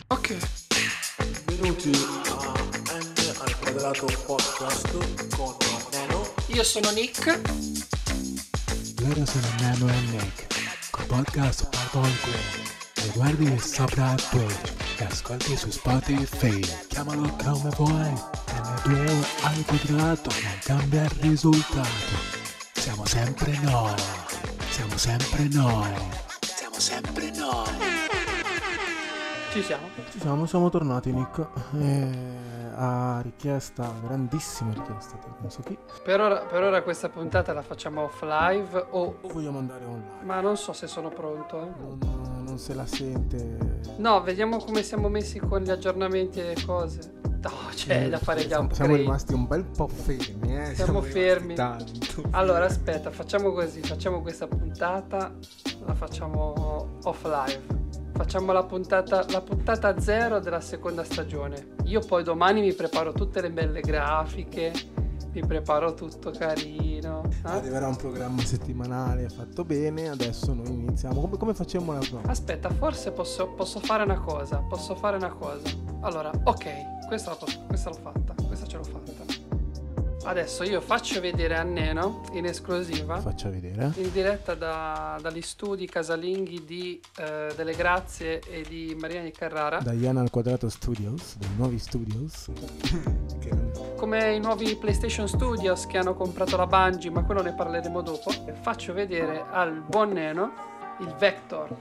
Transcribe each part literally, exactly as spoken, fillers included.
Ok. Benvenuti a N al quadrato podcast con Neno. Io sono Nick. Loro sono Nano e Nick, con podcast Patolque. E guardi sopra Twitch e ascolti su Spotify. Chiamalo come vuoi. N due O al quadrato non cambia il risultato. Siamo sempre noi. Siamo sempre noi. Siamo sempre noi. Ci siamo. Ci siamo, siamo tornati Nick. E a richiesta, grandissima richiesta di non so chi. Per ora, per ora questa puntata la facciamo off live o... O vogliamo andare online? Ma non so se sono pronto, eh. Non, non se la sente. No, vediamo come siamo messi con gli aggiornamenti e le cose. No, c'è da fare gli siamo, upgrade. siamo rimasti un bel po' fermi, eh. Siamo rimasti fermi. tanto Allora, fermi. aspetta, facciamo così. Facciamo questa puntata, la facciamo off live. Facciamo la puntata, la puntata zero della seconda stagione. Io poi domani mi preparo tutte le belle grafiche, mi preparo tutto carino. eh? Arriverà un programma settimanale fatto bene. Adesso noi iniziamo. Come, come facciamo la prova? Aspetta, forse posso, posso fare una cosa. Posso fare una cosa. Allora, ok, questa, la posso, questa l'ho fatta. Questa ce l'ho fatta. Adesso io faccio vedere a Neno in esclusiva, Faccia vedere. in diretta da- dagli studi casalinghi di eh, Delle Grazie e di Mariana di Carrara, Diana al quadrato Studios, dei nuovi studios. Che non- come i nuovi PlayStation Studios che hanno comprato la Bungie, ma quello ne parleremo dopo. E faccio vedere al buon Neno il Vector.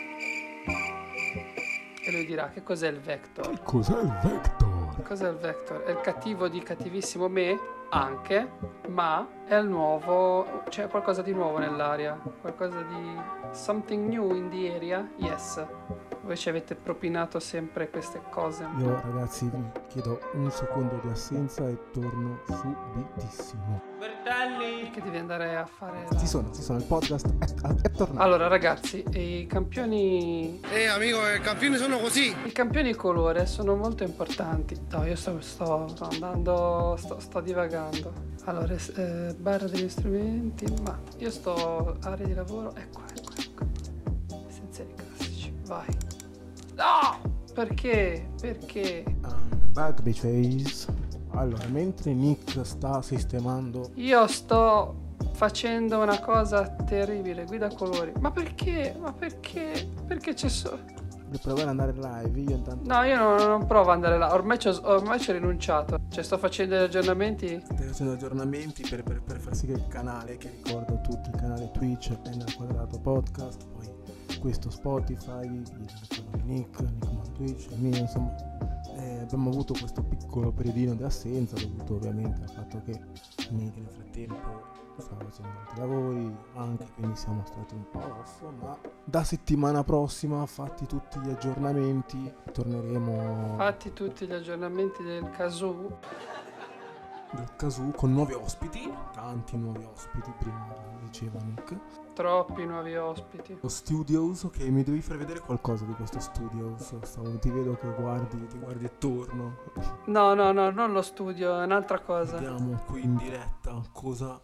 E lui dirà: che cos'è il Vector? Cos'è il Vector? Cos'è il Vector? È il cattivo di Cattivissimo Me? Anche, ma è il nuovo. C'è qualcosa di nuovo nell'aria. Qualcosa di. Something new in the area? Yes. Voi ci avete propinato sempre queste cose. Io ragazzi vi chiedo un secondo di assenza e torno subitissimo. Che devi andare a fare. Ci sono, ci sono, il podcast è, è tornato. Allora, ragazzi, i campioni. Eh amico, i campioni sono così. I campioni colore sono molto importanti. No, io sto, sto, sto andando. Sto, sto divagando. Allora, eh, barra degli strumenti. Ma io sto. Area di lavoro. Ecco, ecco, ecco. Essenziali classici. Vai. No! Perché? Perché? Um, back the chase. Allora, mentre Nick sta sistemando. Io sto facendo una cosa terribile. Guida colori. Ma perché? Ma perché? Perché c'è solo. Per provare ad andare live, io intanto. No, io non, non provo ad andare là. Ormai ci ho, ormai ci ho rinunciato. Cioè, sto facendo gli aggiornamenti. Stai facendo aggiornamenti per, per, per far sì che il canale, che ricordo a tutti, il canale Twitch, N al quadrato podcast, poi questo Spotify, il quello di Nick, Nick Man Twitch, il mio, insomma. Eh, abbiamo avuto questo piccolo periodino di assenza dovuto ovviamente al fatto che Nick nel frattempo stava facendo altri lavori anche, quindi siamo stati un po' off, ma da settimana prossima, fatti tutti gli aggiornamenti, torneremo Fatti tutti gli aggiornamenti del Kazoo. del Kazoo con nuovi ospiti, tanti nuovi ospiti, prima diceva Nick. Troppi nuovi ospiti. Lo Studios, ok, mi devi far vedere qualcosa di questo Studios. Stavo, ti vedo che guardi, ti guardi attorno. No, no, no, non lo studio, è un'altra cosa. Vediamo qui in diretta cosa.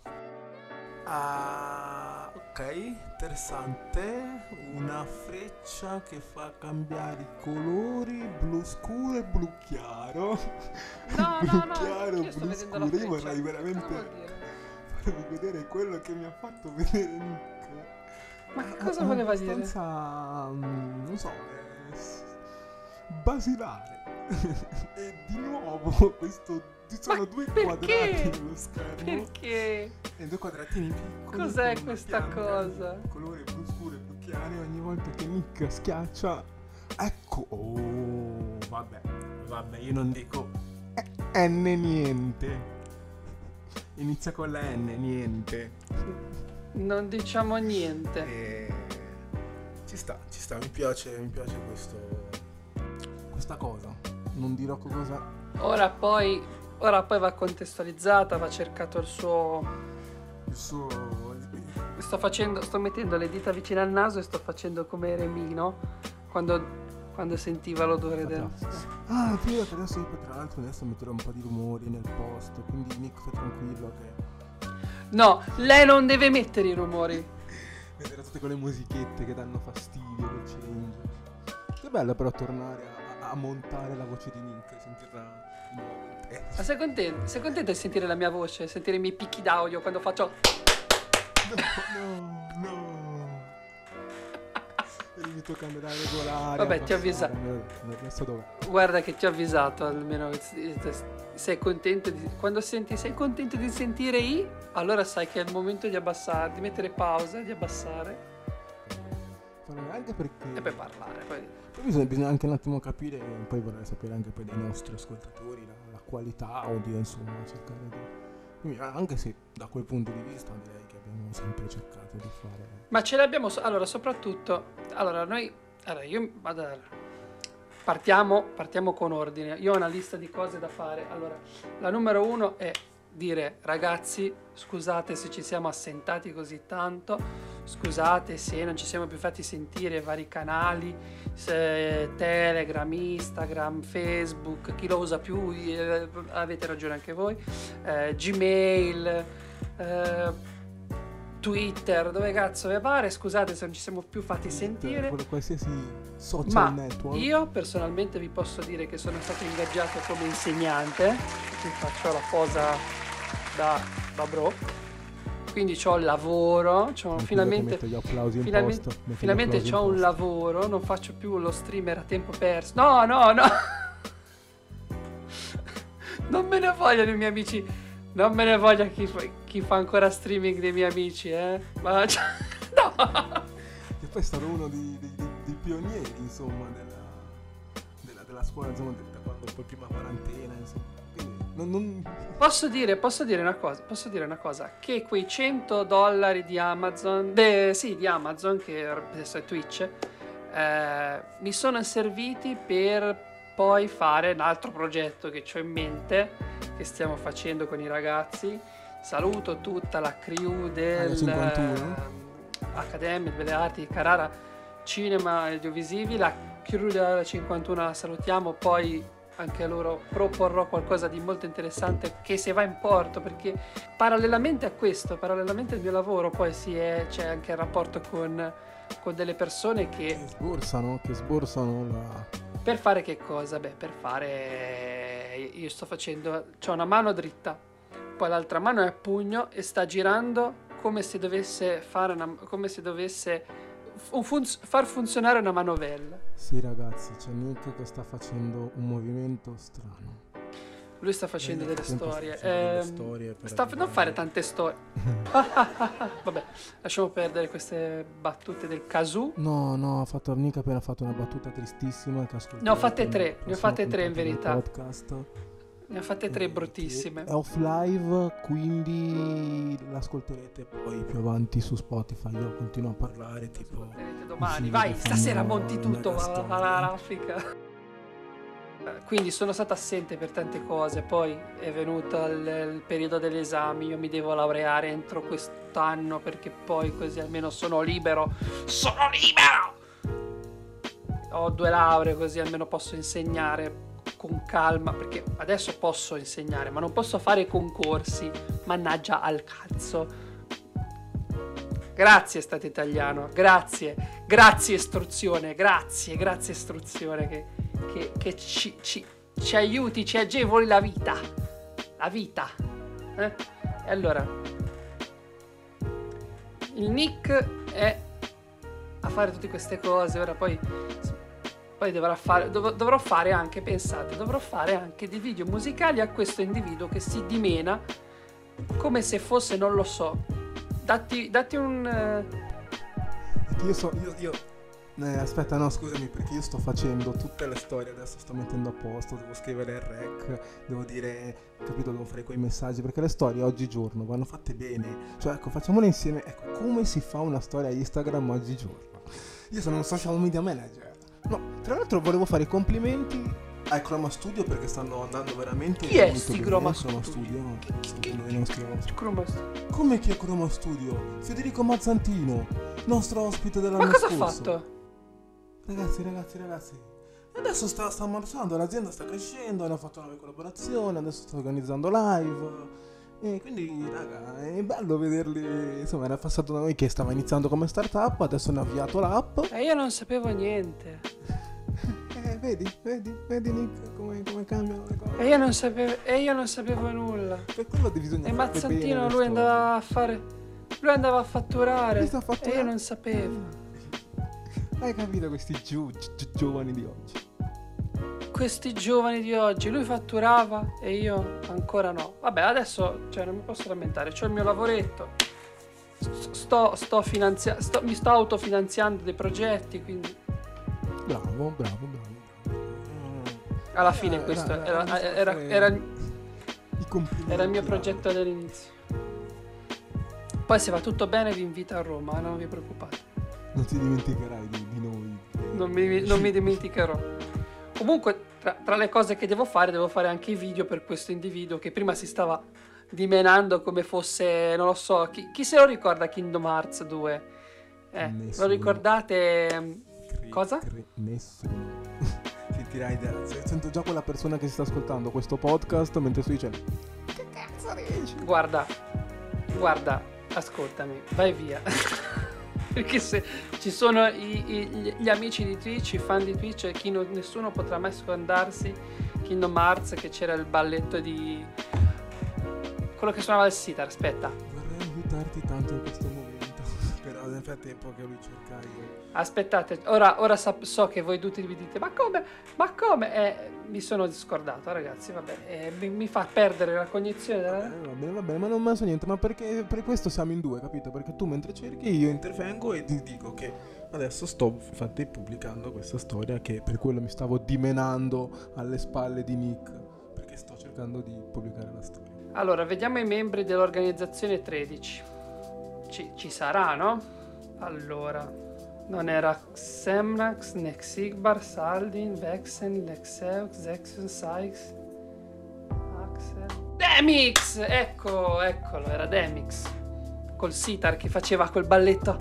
Ah, ok, interessante. Una freccia che fa cambiare i colori, blu scuro e blu chiaro. No, blu no, no, chiaro, io sto blu vedendo la scuro. Io freccia. vorrei Cosa veramente vuol dire? farvi vedere quello che mi ha fatto vedere Nick. Ma che cosa È voleva dire? abbastanza, mm, non so, eh, s- basilare. E di nuovo questo, ci sono Ma due perché? quadrati nello schermo. Perché? E due quadratini piccoli. Cos'è con una questa pianta cosa? di colore blu scuro e blu chiaro. Ogni volta che Nick schiaccia, ecco. Oh, vabbè, vabbè, io non dico eh, N niente. Inizia con la N, niente. Non diciamo niente. E ci sta, ci sta, mi piace, mi piace questo, questa cosa. Non dirò cosa. Ora poi, ora poi va contestualizzata, va cercato il suo. Il suo. Sto facendo, sto mettendo le dita vicino al naso e sto facendo come Eremino quando, quando sentiva l'odore del. Ah, ti dico che adesso io tra l'altro adesso metterò un po' di rumori nel post, quindi Nick fai tranquillo che No, lei non deve mettere i rumori. vedrà tutte quelle musichette che danno fastidio, che change. Che bello però tornare a, a montare la voce di Nick, sentirla di nuovo in testa. Ma sei contento? Sei contento di sentire la mia voce? Sentire i miei picchi d'audio quando faccio... No, no, no. Devi toccare la regolare. Vabbè, ti ho avvisato. Adesso dove? Guarda che ti ho avvisato almeno. Sei contento di... Quando senti sei contento di sentire i, allora sai che è il momento di abbassare, di mettere pausa, di abbassare. Anche perché... E poi parlare. Poi, poi bisogna, bisogna anche un attimo capire, poi vorrei sapere anche poi dei nostri ascoltatori la, la qualità audio, insomma, cercare di... Quindi, anche se da quel punto di vista direi che abbiamo sempre cercato di fare... Ma ce l'abbiamo... So- allora, soprattutto... Allora, noi... Allora, io... Vado, partiamo, partiamo con ordine. Io ho una lista di cose da fare. Allora, la numero uno è dire, ragazzi, scusate se ci siamo assentati così tanto, scusate se non ci siamo più fatti sentire, vari canali, se Telegram, Instagram, Facebook, chi lo usa più, eh, avete ragione anche voi, eh, Gmail, eh, Twitter, dove cazzo vi pare, scusate se non ci siamo più fatti sentire. Per qualsiasi social Ma network. Io personalmente vi posso dire che sono stato ingaggiato come insegnante, vi faccio la posa da, da bro, quindi c'ho il lavoro, c'ho finalmente, gli applausi in finalmente, posto, finalmente applausi c'ho in un posto. lavoro, non faccio più lo streamer a tempo perso. No, no, no. Non me ne vogliono i miei amici, non me ne voglia chi fa, chi fa ancora streaming dei miei amici, eh. Ma cioè, no. Che poi è stato uno dei, dei, dei, dei pionieri, insomma, della, della, della scuola, insomma, da quando poi prima quarantena, insomma. Quindi non, non... Posso dire, posso dire una cosa, posso dire una cosa, che quei cento dollari di Amazon, de, sì, di Amazon, che adesso è Twitch, eh, mi sono serviti per poi fare un altro progetto che ho in mente, che stiamo facendo con i ragazzi. Saluto tutta la crew del cinquantuno eh, Accademia di Belle Arti di Carrara, Cinema e Audiovisivi. La crew della cinquantuno la salutiamo, poi anche a loro proporrò qualcosa di molto interessante che se va in porto, perché parallelamente a questo, parallelamente al mio lavoro, poi si è, c'è anche il rapporto con, con delle persone che... che sborsano, che sborsano la... Per fare che cosa? Beh, per fare... Io sto facendo... C'ho una mano dritta, poi l'altra mano è a pugno e sta girando come se dovesse fare una... come se dovesse un funz- far funzionare una manovella. Sì, ragazzi, c'è Nick che sta facendo un movimento strano. Lui sta facendo Nel delle frattempo storie. sta facendo delle Ehm, storie per sta arrivare- non fare tante storie. Vabbè, lasciamo perdere queste battute del casù. No, no, ha fatto Nick ha appena fatto una battuta tristissima che ascolterete Ne ho fatte tre, nella ne ho prossima fatte tre in puntata del verità. podcast. Ne ho fatte tre Eh, bruttissime. che È off live, quindi l'ascolterete poi più avanti su Spotify. Io continuo a parlare tipo... Vedete domani, Sì, vai, che stasera fanno monti tutto, mega va storie. alla raffica. Quindi sono stata assente per tante cose, poi è venuto il, il periodo degli esami, io mi devo laureare entro quest'anno perché poi così almeno sono libero, sono libero! Ho due lauree così almeno posso insegnare con calma, perché adesso posso insegnare ma non posso fare concorsi, mannaggia al cazzo. Grazie Stato italiano, grazie, grazie istruzione, grazie, grazie istruzione che, che, che ci, ci, ci aiuti, ci agevoli la vita, la vita. Eh? E allora, il Nick è a fare tutte queste cose, ora poi, poi dovrà fare, dov- dovrò fare anche, pensate, dovrò fare anche dei video musicali a questo individuo che si dimena come se fosse, non lo so. Datti, datti un... Perché io so... Io, io... Eh, aspetta, no, scusami, perché io sto facendo tutte le storie, adesso sto mettendo a posto, devo scrivere il rec, devo dire, capito, devo fare quei messaggi, perché le storie oggigiorno vanno fatte bene. Cioè, ecco, facciamole insieme, ecco, come si fa una storia Instagram oggigiorno? Io sono un social media manager. No, tra l'altro volevo fare i complimenti ai Chroma Studio perché stanno andando veramente Chi è molto sti bene. Chroma Chroma Studio? Studio? No, uno dei nostri ospiti. Chroma- Come che è Chroma Studio? Federico Mazzantino, nostro ospite dell'anno Ma cosa ha scorso. fatto? Ragazzi, ragazzi, ragazzi. Adesso sta, sta marciando, l'azienda sta crescendo, hanno fatto nuove collaborazioni, adesso sto organizzando live. E quindi, raga, è bello vederli. Insomma, era passato da noi che stava iniziando come startup, adesso hanno avviato l'app. E io non sapevo niente. Eh, vedi, vedi, vedi Nick come, come cambiano le cose. E io non sapevo, e io non sapevo nulla. Per quello bisogna E fare bene Mazzantino le lui storie. andava a fare, lui andava a fatturare, Lui sta a e fatturare. io non sapevo. Hai capito questi giu- gi- giovani di oggi? Questi giovani di oggi, lui fatturava e io ancora no. Vabbè, adesso cioè, non mi posso lamentare, c'ho il mio lavoretto, sto, sto finanzia- sto- mi sto autofinanziando dei progetti, quindi Bravo, bravo, bravo. bravo. alla fine Eh, questo era- era, era- era, era, I complimenti. era il mio progetto dall'inizio. Poi se va tutto bene vi invito a Roma, non vi preoccupate, Non ti dimenticherai di, di noi. non mi, non mi dimenticherò. Comunque tra, tra le cose che devo fare, devo fare anche i video per questo individuo che prima si stava dimenando come fosse, non lo so, chi, chi se lo ricorda Kingdom Hearts due? Eh, Nessuno. lo ricordate? Cri- Cosa? cri- nessuno. Sentirai da... Sento già quella persona che si sta ascoltando questo podcast mentre sto dicendo che cazzo dici? Guarda, guarda, ascoltami, vai via. Perché se ci sono i- i- gli amici di Twitch, i fan di Twitch, e chi non- nessuno potrà mai scordarsi Kingdom Hearts, che c'era il balletto di quello che suonava il sitar. Aspetta, Vorrei aiutarti tanto in questo momento, però nel frattempo che lui cerca io. aspettate, ora, ora sap- so che voi tutti vi dite ma come, ma come, eh, mi sono scordato ragazzi, vabbè, eh, mi, mi fa perdere la cognizione della... Eh, va bene, va bene, ma non mi so niente, ma perché per questo siamo in due, capito? Perché tu mentre cerchi io intervengo e ti dico che adesso sto infatti pubblicando questa storia che per quello mi stavo dimenando alle spalle di Nick, perché sto cercando di pubblicare la storia. Allora, vediamo i membri dell'organizzazione tredici. Ci, ci sarà, no? Allora, non era Semnax, Nexigbar, Saldin, Vexen, Lexeux, Zexion, Sykes, Axel... Demix! Ecco, eccolo, era Demix. Col sitar che faceva quel balletto.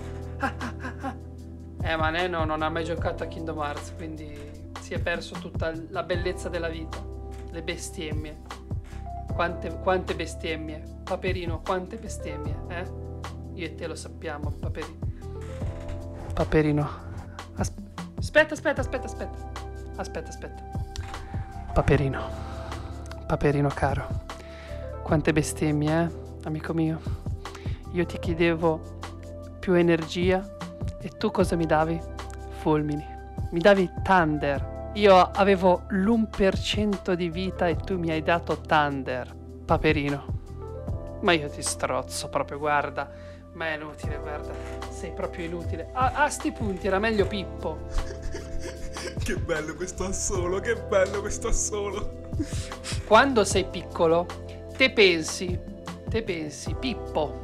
Eh, ma Neno non ha mai giocato a Kingdom Hearts, quindi si è perso tutta la bellezza della vita. Le bestemmie. Quante, quante bestemmie. Paperino, quante bestemmie, eh? Io e te lo sappiamo, Paperino. Paperino. As- aspetta, aspetta, aspetta, aspetta. Aspetta, aspetta. Paperino. Paperino caro. Quante bestemmie, eh? Amico mio. Io ti chiedevo più energia e tu cosa mi davi? Fulmini. Mi davi Thunder. Io avevo l'uno per cento di vita e tu mi hai dato Thunder, Paperino. Ma io ti strozzo proprio, guarda. Ma è inutile, guarda. Sei proprio inutile. A, a sti punti era meglio Pippo. Che bello questo assolo, che bello questo assolo. Quando sei piccolo, te pensi, te pensi, Pippo,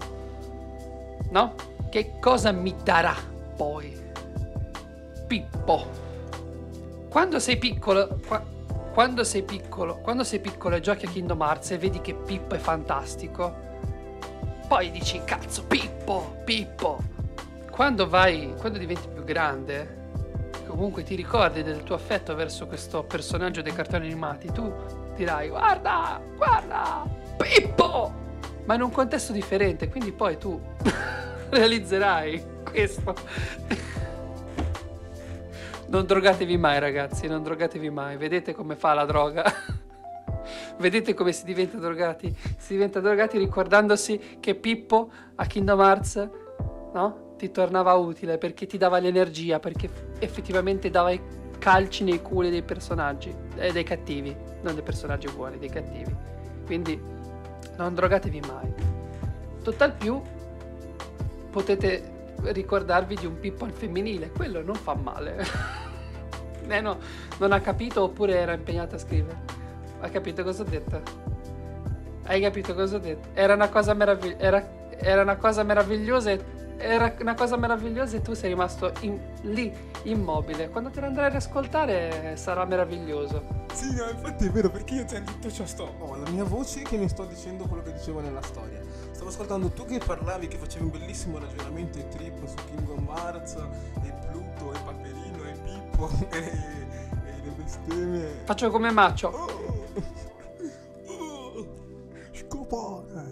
no? Che cosa mi darà poi? Pippo. Quando sei piccolo, qua- quando sei piccolo, quando sei piccolo e giochi a Kingdom Hearts e vedi che Pippo è fantastico, poi dici cazzo Pippo, Pippo. Quando vai, quando diventi più grande, comunque ti ricordi del tuo affetto verso questo personaggio dei cartoni animati, tu dirai guarda, guarda, Pippo, ma in un contesto differente, quindi poi tu realizzerai questo. Non drogatevi mai ragazzi, non drogatevi mai, vedete come fa la droga. Vedete come si diventa drogati? Si diventa drogati ricordandosi che Pippo a Kingdom Hearts, no? Ti tornava utile perché ti dava l'energia, perché effettivamente dava i calci nei culi dei personaggi, eh, dei cattivi, non dei personaggi buoni, dei cattivi. Quindi non drogatevi mai. Tutt'al più potete ricordarvi di un Pippo al femminile, quello non fa male. Eh no, non ha capito oppure era impegnato a scrivere. Hai capito cosa ho detto? Hai capito cosa ho detto? Era una cosa meravigliosa, era, era una cosa meravigliosa e era una cosa meravigliosa e tu sei rimasto in, lì immobile. Quando te ne andrai ad ascoltare sarà meraviglioso. Sì, no, infatti è vero, perché io in tutto ciò sto... Ho la mia voce che mi sto dicendo quello che dicevo nella storia. Stavo ascoltando tu che parlavi, che facevi un bellissimo ragionamento e trip su Kingdom Hearts, e Pluto, e Paperino, e Pippo, e, e le bestemmie. Faccio come Maccio. Oh, oh, scopare.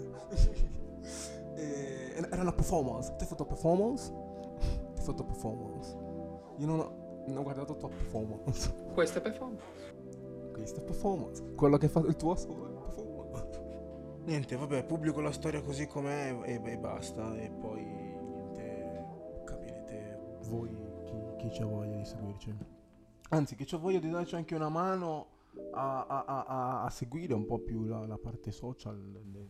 E era una performance. Ti hai fatto performance? Ti hai fatto performance. Io non ho... Non ho guardato Top Performance. Questo è performance. Questo è Performance. Quello che fa il tuo solo è Performance. Niente, vabbè, pubblico la storia così com'è e, e basta. E poi niente, capirete Voi, chi, chi c'ha voglia di seguirci. Anzi, chi c'ha voglia di darci anche una mano a, a, a, a, a seguire un po' più la, la parte social.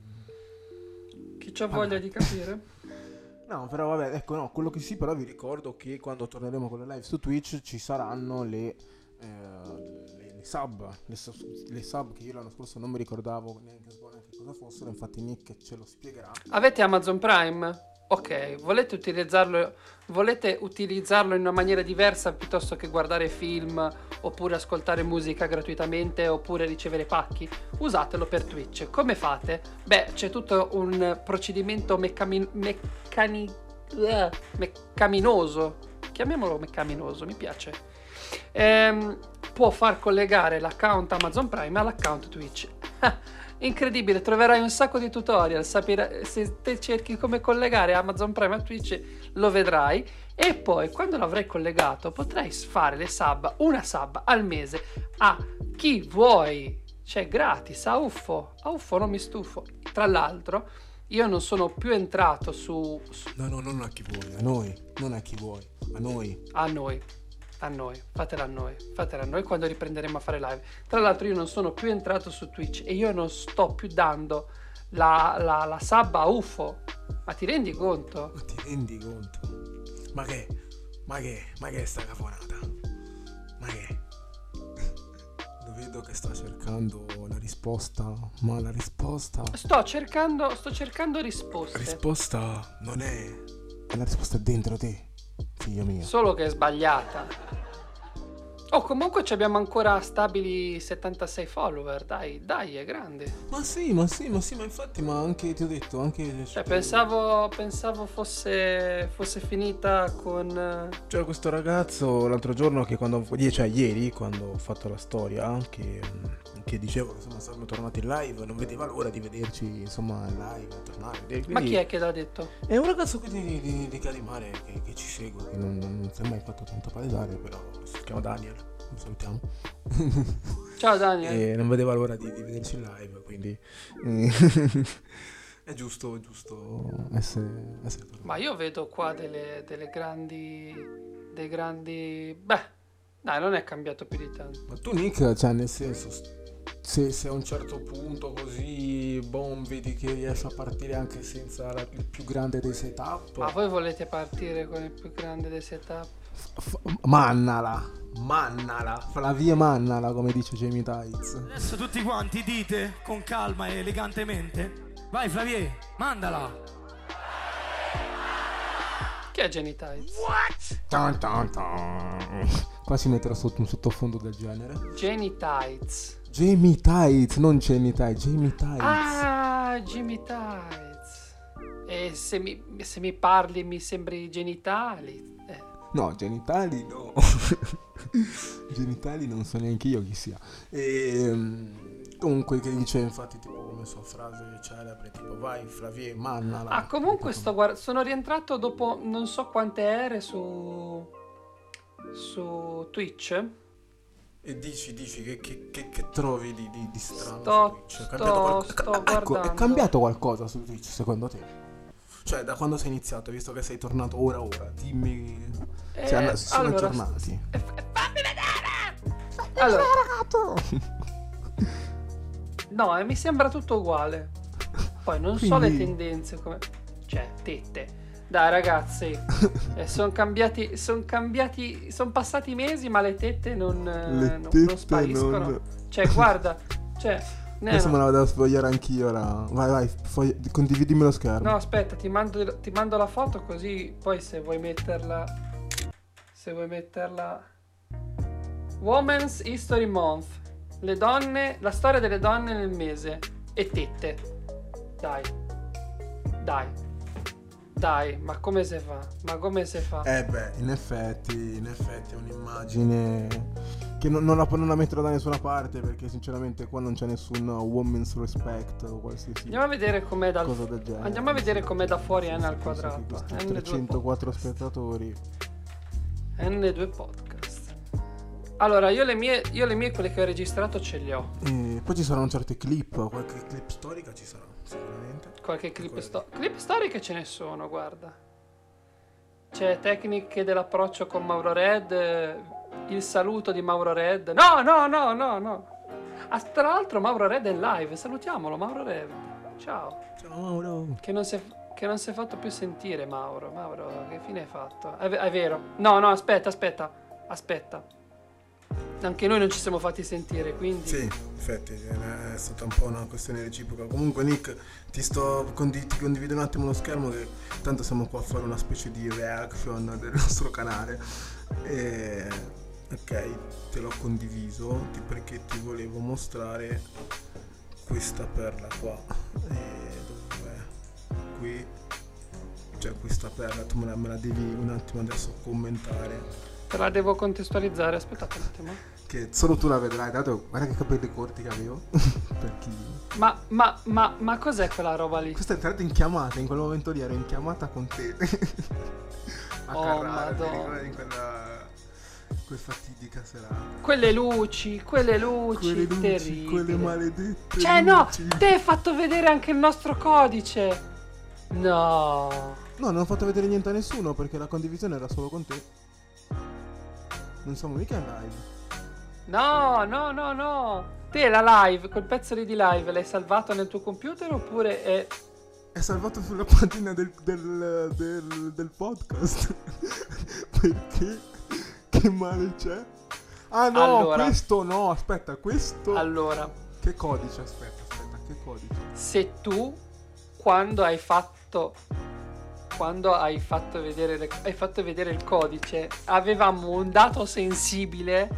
Chi c'ha voglia di capire? No, però vabbè, ecco, no, quello che sì, però vi ricordo che quando torneremo con le live su Twitch ci saranno le, eh, le, le sub, le, sub- le sub che io l'anno scorso non mi ricordavo neanche, neanche cosa fossero, infatti Nick ce lo spiegherà. Avete Amazon Prime? Ok, volete utilizzarlo, volete utilizzarlo in una maniera diversa piuttosto che guardare film oppure ascoltare musica gratuitamente oppure ricevere pacchi? Usatelo per Twitch. Come fate? Beh, c'è tutto un procedimento meccami- meccani- uh, meccaminoso, chiamiamolo meccaminoso, mi piace. Ehm, può far collegare l'account Amazon Prime all'account Twitch. Incredibile, troverai un sacco di tutorial, sapere, se te cerchi come collegare Amazon Prime a Twitch lo vedrai e poi quando l'avrai collegato potrai fare le sub, una sub al mese a chi vuoi, cioè gratis, a uffo, a uffo non mi stufo. Tra l'altro io non sono più entrato su, su... No, no, non a chi vuoi, a noi, non a chi vuoi, a noi. A noi. A noi, fatela a noi, fatela a noi quando riprenderemo a fare live. Tra l'altro io non sono più entrato su Twitch e io non sto più dando la, la, la sub a uffo. Ma ti rendi conto? Ma ti rendi conto? Ma che? Ma che? Ma che è sta cafonata? Ma che? Lo vedo che sta cercando la risposta, ma la risposta... Sto cercando, sto cercando risposte. La risposta non è... La risposta è dentro te, figlio mio. Solo che è sbagliata. Oh, comunque ci abbiamo ancora stabili settantasei follower, dai, dai, è grande. Ma sì, ma sì, ma sì, ma infatti, ma anche, ti ho detto, anche... Cioè, pensavo, pensavo fosse, fosse finita con... C'era questo ragazzo l'altro giorno che quando, cioè ieri, quando ho fatto la storia, che, che dicevo che insomma saremmo tornati in live, non vedeva l'ora di vederci insomma in live, tornare. Quindi, Ma chi è che l'ha detto? È un ragazzo qui di, di, di Calimare che, che ci segue, che non, non si è mai fatto tanto palesare, però si chiama Daniel, lo salutiamo. Ciao Daniel. E non vedeva l'ora di, di vederci in live, quindi eh, è giusto, è giusto essere, essere tornati. Ma io vedo qua delle, delle grandi... dei grandi... Beh, dai, non è cambiato più di tanto. Ma tu Nick, cioè nel senso, se, se a un certo punto così, boom, vedi che riesci a partire anche senza la- il più grande dei setup, Ma voi volete partire con il più grande dei setup? f- mannala, mannala, Flavie mannala, come dice Jamie Tights. Adesso tutti quanti dite con calma e elegantemente. Vai Flavie, mandala. Chi è Jenny Tights? Tan, tan, tan. Qua si metterà sotto un sottofondo del genere. Jenny Tights. Jamie Tights, non Jamie Tights, Jamie Tights. Ah, Jimmy Tights. E se mi, se mi parli mi sembri genitali. Eh. No, genitali no. Genitali non so neanche io chi sia. E, comunque che dice infatti tipo come so frase celebre tipo vai Flavie mannala. Ah, comunque sto guard- sono rientrato dopo non so quante ere su su Twitch. E dici, dici che, che, che, che trovi di, di, di strano Sto- su Twitch? È sto- cambiato, qual- sto ecco, è guardando. cambiato qualcosa su Twitch secondo te? Cioè da quando sei iniziato, visto che sei tornato ora ora, dimmi. Eh, Cioè, si sono allora, aggiornati. E- e fammi vedere! Allora, no, e mi sembra tutto uguale. Poi non so le Quindi- tendenze come... Cioè, tette. Dai ragazzi, eh, sono cambiati, sono cambiati, sono passati mesi ma le tette non, eh, Le non- tette non spariscono. non- Cioè, guarda, cioè... Neno. Adesso me la vado a sfogliare anch'io ora. Vai vai, fogli- condividimi lo schermo. No, aspetta, ti mando, ti mando la foto così poi se vuoi metterla... Se vuoi metterla... Women's History Month. Le donne, la storia delle donne nel mese. E tette. Dai. Dai. Dai, ma come si fa? Ma come si fa? Eh beh, in effetti, in effetti è un'immagine che non, non, la, non la metterò da nessuna parte perché sinceramente qua non c'è nessun woman's respect o qualsiasi Andiamo a vedere com'è dal cosa del genere. Andiamo a vedere com'è da fuori n al Penso che quadrato. questi N due trecentoquattro podcast. spettatori. N due podcast. Allora, io le mie, io le mie, quelle che ho registrato ce le ho. E poi ci saranno certe clip, qualche clip storica ci sarà, sicuramente. Qualche clip, Quelle- sto- clip storiche ce ne sono, guarda. C'è tecniche dell'approccio con Mauro Red, eh, il saluto di Mauro Red. No, no, no, no, no. Ah, tra l'altro Mauro Red è in live, salutiamolo Mauro Red. Ciao. Ciao Mauro. Che non si è, che non si è fatto più sentire Mauro. Mauro, che fine hai fatto? È, ve- è vero. No, no, aspetta, aspetta. Aspetta. Anche noi non ci siamo fatti sentire, quindi... Sì, infatti è stata un po' una questione reciproca. Comunque Nick, ti sto condi- ti condivido un attimo lo schermo che tanto siamo qua a fare una specie di reaction del nostro canale. E... ok, te l'ho condiviso ti- perché ti volevo mostrare questa perla qua. E dov'è? Qui c'è questa perla, tu me la, me la devi un attimo adesso commentare. Te la devo contestualizzare, aspettate un attimo. Che solo tu la vedrai, dato guarda che capelli corti che avevo. Per chi... Ma, ma, ma, ma cos'è quella roba lì? Questa è entrata in chiamata, in quel momento lì ero in chiamata con te. A Oh, Carrara, ti Madonna. ricordi in quella... quella fatidica serata. Quelle luci, quelle luci, Quelle luci, terribili. quelle maledette Cioè no, luci. te hai fatto vedere anche il nostro codice. No. No, non ho fatto vedere niente a nessuno perché la condivisione era solo con te. Non siamo mica in live. No, no, no, no. Te la live, quel pezzo lì di live l'hai salvato nel tuo computer oppure è... È salvato sulla pagina del, del, del, del podcast. Perché? Che male c'è? Ah no, Allora. questo no, aspetta, questo... Allora, Che codice? Aspetta, aspetta, che codice? se tu quando hai fatto quando hai fatto vedere le- hai fatto vedere il codice, avevamo un dato sensibile.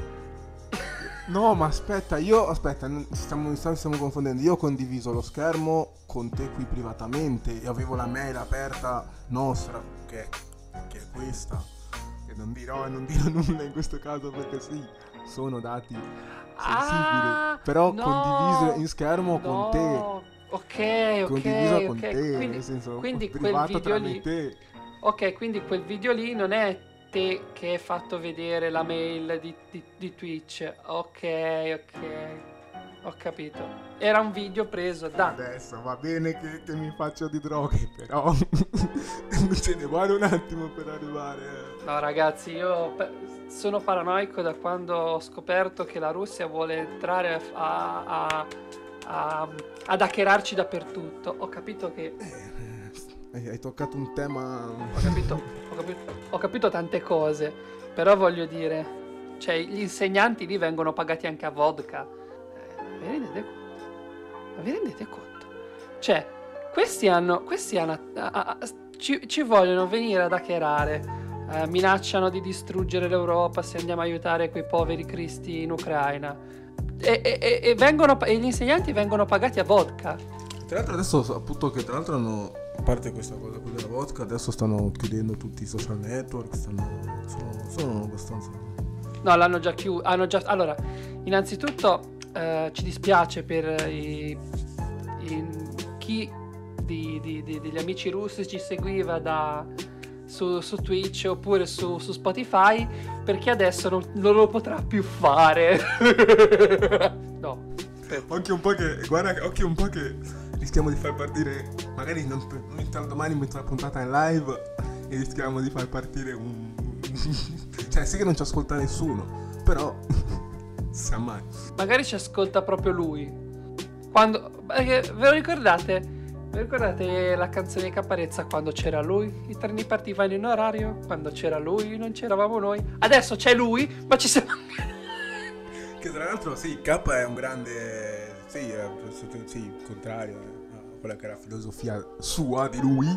No, ma aspetta, io... Aspetta, non- stiamo, stiamo, stiamo confondendo. Io ho condiviso lo schermo con te qui privatamente e avevo la mail aperta nostra, che, che è questa. Che non dirò e non dirò nulla in questo caso perché sì, sono dati sensibili. Ah, Però no, condiviso in schermo no. con te. Ok, ok, Condiviso ok. con te, quindi, nel senso quindi quel privato video lì. tramite te. Ok, quindi quel video lì non è te che hai fatto vedere la mail di, di, di Twitch. Ok, ok. Ho capito. Era un video preso da... Adesso va bene che, che mi faccio di droghe, però ce ne vuole un attimo per arrivare. No ragazzi, io pe- sono paranoico da quando ho scoperto che la Russia vuole entrare a, a, a, ad hackerarci dappertutto. Ho capito che... Hai, hai toccato un tema. Ho capito, ho capito, ho capito tante cose, però voglio dire, cioè gli insegnanti lì vengono pagati anche a vodka. Eh, vi rendete conto? Ma vi rendete conto? Cioè, questi hanno, questi hanno, a- a- a- ci, ci vogliono venire ad hackerare, eh, minacciano di distruggere l'Europa se andiamo a aiutare quei poveri cristi in Ucraina. E, e- e- e vengono, pa- e gli insegnanti vengono pagati a vodka. Tra l'altro adesso so- appunto che tra l'altro hanno, a parte questa cosa qui della vodka, adesso stanno chiudendo tutti i social network, stanno, sono, sono abbastanza... No, l'hanno già chiuso. Hanno già... Allora, innanzitutto eh, ci dispiace per i, i- chi di- di- di- degli amici russi ci seguiva da, su, su Twitch oppure su, su Spotify, perché adesso non, non lo potrà più fare. No. Occhio un po' che, guarda, occhio un po' che rischiamo di far partire, magari non, non entrare domani mentre la puntata è in live e rischiamo di far partire un... cioè sì che non ci ascolta nessuno, però sa mai. Magari ci ascolta proprio lui. Quando... perché ve lo ricordate? Vi ricordate la canzone di Caparezza quando c'era lui? I treni partivano in orario? Quando c'era lui non c'eravamo noi. Adesso c'è lui, ma ci siamo... Che tra l'altro sì, K è un grande, sì, è, sì, contrario a quella che era la filosofia sua di lui.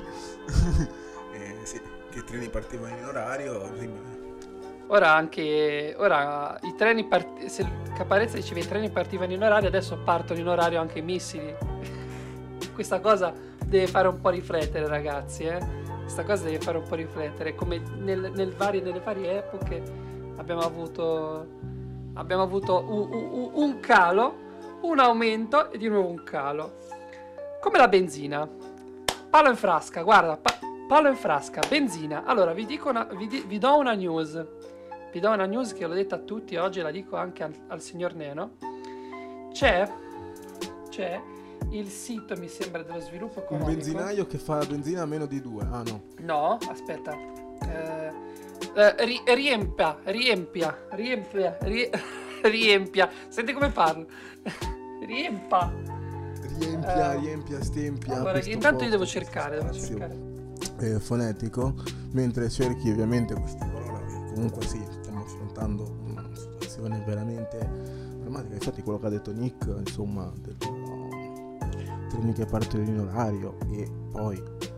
E sì, che i treni partivano in orario, sì, ma... Ora anche... Ora i treni part... Se Caparezza diceva i treni partivano in orario, adesso partono in orario anche i missili. Questa cosa deve fare un po' riflettere, ragazzi, eh. Questa cosa deve fare un po' riflettere. Come nel, nel varie, nelle varie epoche abbiamo avuto... Abbiamo avuto un, un, un calo, un aumento e di nuovo un calo. Come la benzina. Palo in frasca, guarda, pa- palo in frasca, benzina. Allora, vi dico una, vi, di- vi do una news. vi do una news che l'ho detta a tutti oggi e la dico anche al, al signor Neno. C'è, c'è il sito, mi sembra, dello sviluppo Un economico. benzinaio che fa la benzina a meno di due. Ah no. No, aspetta. Eh, eh, ri- riempia, riempia, riempia, ri- riempia. Senti come parlo. Riempa. Riempia, Eh, riempia, stempia. Allora, questo intanto io devo podcast, cercare, devo spazio, cercare. eh, fonetico, mentre cerchi ovviamente questa parola, che comunque sì, stiamo affrontando una situazione veramente drammatica. Infatti quello che ha detto Nick, insomma, del, no, treni che partono in orario e poi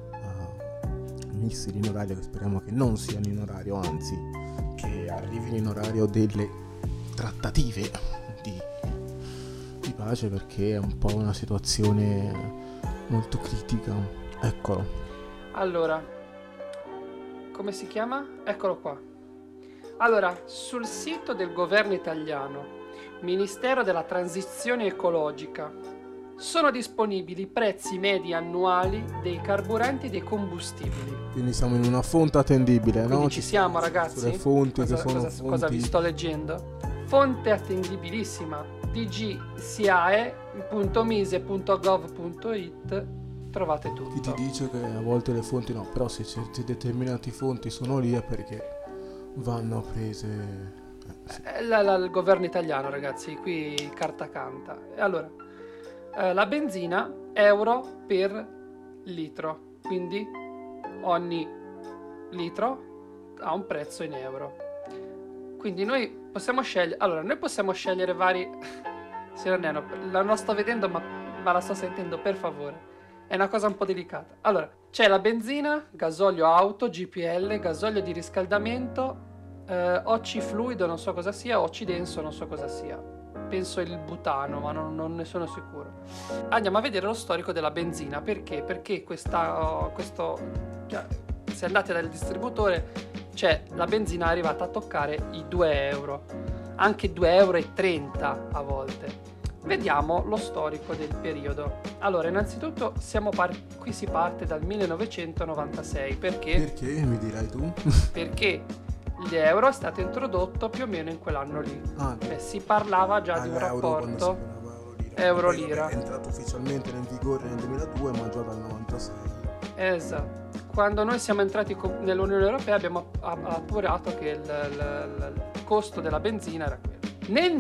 uh, missili in orario che speriamo che non siano in orario, anzi che arrivino in orario delle trattative di, di pace, perché è un po' una situazione molto critica. Eccolo. Allora, come si chiama? Eccolo qua. Allora, sul sito del governo italiano, Ministero della Transizione Ecologica, sono disponibili prezzi medi annuali dei carburanti e dei combustibili. Quindi siamo in una fonte attendibile, Quindi no? ci siamo, ragazzi? Sulle fonti cosa, che sono cosa, fonti... cosa vi sto leggendo? Fonte attendibilissima, d g s i a e punto mise punto gov punto it, trovate Chi tutto. ti dice che a volte le fonti no, però se certi determinati fonti sono lì è perché vanno prese... Eh, sì. Eh, la- la- il governo italiano, ragazzi, qui carta canta. E allora, eh, la benzina euro per litro, quindi ogni litro ha un prezzo in euro. Quindi noi possiamo scegliere, allora noi possiamo scegliere vari... Signor Neno, la non la sto vedendo ma, ma la sto sentendo, per favore. È una cosa un po' delicata. Allora, c'è la benzina, gasolio auto, G P L, gasolio di riscaldamento, eh, O C fluido, non so cosa sia, O C denso, non so cosa sia. Penso il butano, ma non, non ne sono sicuro. Andiamo a vedere lo storico della benzina. Perché? Perché questa, questo, cioè, se andate dal distributore, c'è la benzina è arrivata a toccare i due euro, anche due euro e trenta a volte. Vediamo lo storico del periodo. Allora, innanzitutto siamo par- qui si parte dal millenovecentonovantasei. Perché? Perché, mi dirai tu? Perché l'euro è stato introdotto più o meno in quell'anno lì. Ah, Beh, si parlava già di un all'euro, quando si rapporto parlava euro-lira. euro-lira. Poi, vabbè, è entrato ufficialmente nel vigore nel duemiladue, ma già dal novantasei. Esatto. Quando noi siamo entrati co- nell'Unione Europea abbiamo app- appurato che il, il- il costo della benzina era quello. Nel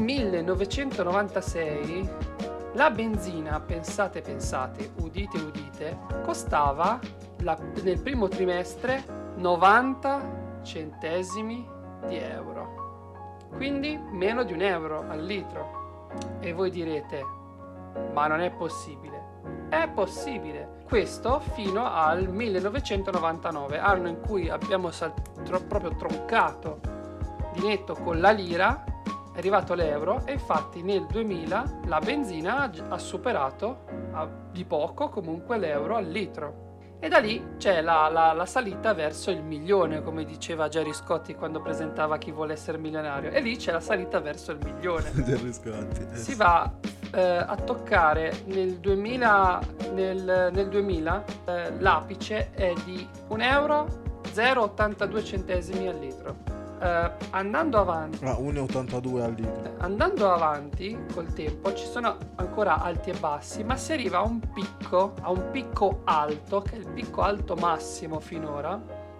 millenovecentonovantasei la benzina, pensate pensate, udite udite, costava la- nel primo trimestre novanta centesimi di euro. Quindi meno di un euro al litro. E voi direte, ma non è possibile. È possibile. Questo fino al millenovecentonovantanove, anno in cui abbiamo sal- tro- proprio troncato di netto con la lira, è arrivato l'euro e infatti nel duemila la benzina ha, ha superato a- di poco comunque l'euro al litro. E da lì c'è la, la- la salita verso il milione, come diceva Gerry Scotti quando presentava Chi vuole essere milionario. E lì c'è la salita verso il milione. Si va eh, a toccare nel duemila, nel, nel duemila eh, l'apice è di un euro zero virgola ottantadue centesimi al litro. Eh, andando avanti Ah, uno virgola ottantadue al litro. Andando avanti col tempo ci sono ancora alti e bassi, ma si arriva a un picco, a un picco alto, che è il picco alto massimo finora,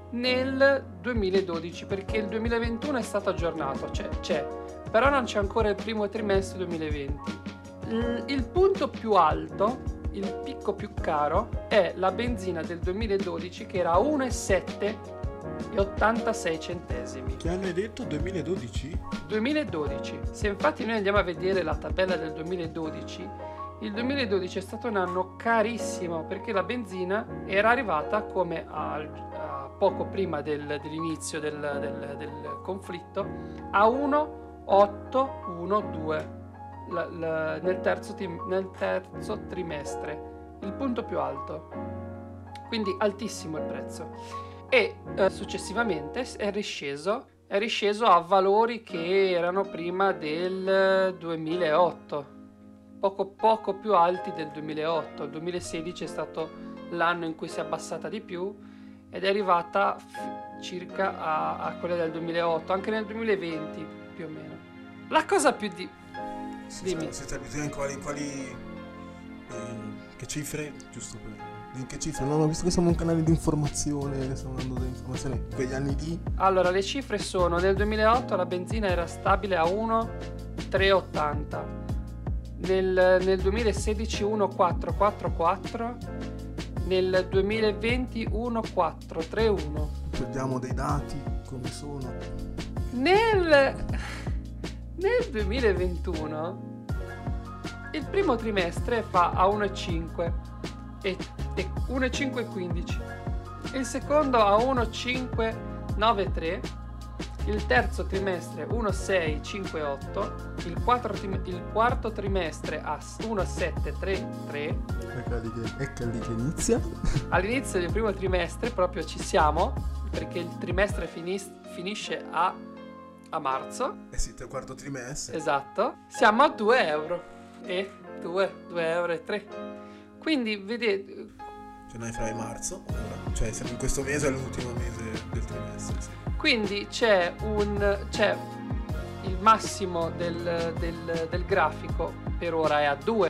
nel duemiladodici, perché il duemilaventuno è stato aggiornato, c'è, c'è, però non c'è ancora il primo trimestre duemilaventi. Il, il punto più alto, il picco più caro, è la benzina del duemiladodici che era uno virgola sette e ottantasei centesimi. Che anno hai detto? duemiladodici? duemiladodici. Se infatti noi andiamo a vedere la tabella del duemiladodici, il duemiladodici è stato un anno carissimo perché la benzina era arrivata come a, a poco prima del, dell'inizio del, del, del conflitto a uno virgola ottocentododici la, la, nel, terzo tim, nel terzo trimestre, il punto più alto, quindi altissimo il prezzo. E eh, successivamente è risceso, è risceso a valori che erano prima del duemilaotto, poco, poco più alti del duemilaotto. Il duemilasedici è stato l'anno in cui si è abbassata di più ed è arrivata f- circa a, a quella del duemilaotto, anche nel duemilaventi più o meno. La cosa più di... Dimmi. Siete abituati in quali, in quali eh, che cifre? Giusto per... In che cifre? No, no, visto che siamo un canale di informazione, stiamo dando delle informazioni, in quegli anni lì. Allora, le cifre sono: nel duemilaotto la benzina era stabile a uno virgola trecentottanta, nel, nel duemilasedici uno virgola quattrocentoquarantaquattro, nel duemilaventi uno virgola quattrocentotrentuno. Perdiamo dei dati, come sono? Nel, nel duemilaventuno il primo trimestre fa a uno virgola cinque e, e uno virgola cinquecentoquindici, il secondo a uno virgola cinquecentonovantatré, il terzo trimestre uno virgola seicentocinquantotto, il, quattro, il quarto trimestre a uno virgola settecentotrentatré. Ecco lì che, ecco lì che inizia. All'inizio del primo trimestre proprio ci siamo, perché il trimestre finis- finisce a, a marzo. Eh sì, il quarto trimestre. Esatto. Siamo a due euro e due euro e tre. Quindi vedete, Cioè noi fra marzo, ora, cioè siamo in questo mese, è l'ultimo mese del trimestre, sì. quindi c'è un c'è il massimo del, del, del grafico per ora è a due.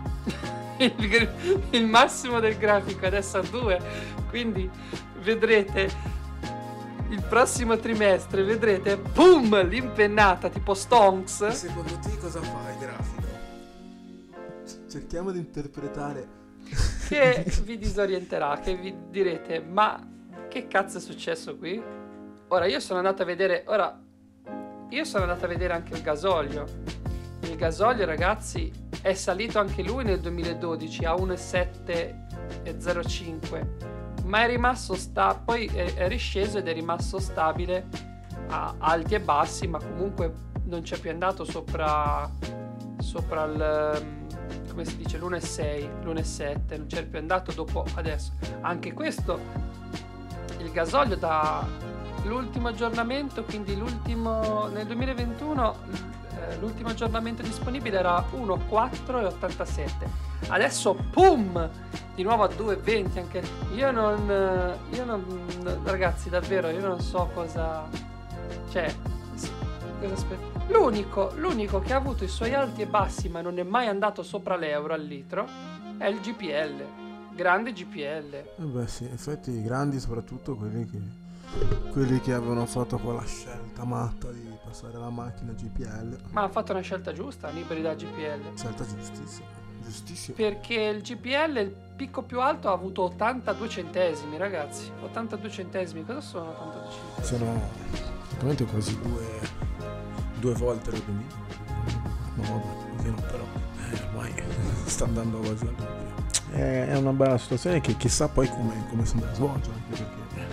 il, il massimo del grafico adesso a due, quindi vedrete il prossimo trimestre, vedrete boom, l'impennata tipo Stonks. Secondo te cosa fa il grafico? Cerchiamo di interpretare. Che vi disorienterà, che vi direte: ma che cazzo è successo qui? Ora io sono andato a vedere ora io sono andato a vedere anche il gasolio. Il gasolio, ragazzi, è salito anche lui nel duemiladodici a uno virgola settecentocinque, ma è rimasto sta poi è, è risceso ed è rimasto stabile a alti e bassi, ma comunque non c'è più andato sopra sopra il, come si dice, l'uno virgola sei, l'uno virgola sette, non c'è più andato dopo adesso. Anche questo, il gasolio da l'ultimo aggiornamento, quindi l'ultimo nel duemilaventuno, eh, l'ultimo aggiornamento disponibile era uno virgola quattrocentottantasette. Adesso pum, di nuovo a due virgola venti. Anche io non io non ragazzi, davvero io non so cosa, cioè cosa aspetta. L'unico, l'unico che ha avuto i suoi alti e bassi ma non è mai andato sopra l'euro al litro è il G P L, grande G P L. Eh beh sì, infatti i grandi, soprattutto quelli che quelli che avevano fatto quella scelta matta di passare la macchina G P L. Ma ha fatto una scelta giusta, l'ibrida G P L. Scelta giustissima, giustissima. Perché il G P L, il picco più alto, ha avuto ottantadue centesimi, ragazzi. ottantadue centesimi, cosa sono ottantadue centesimi? Sono praticamente quasi due due volte le benzine. No, vabbè, così no, però eh, ormai sta andando quasi al doppio. È, è una bella situazione che chissà poi come, come si andrà a svolgere, anche perché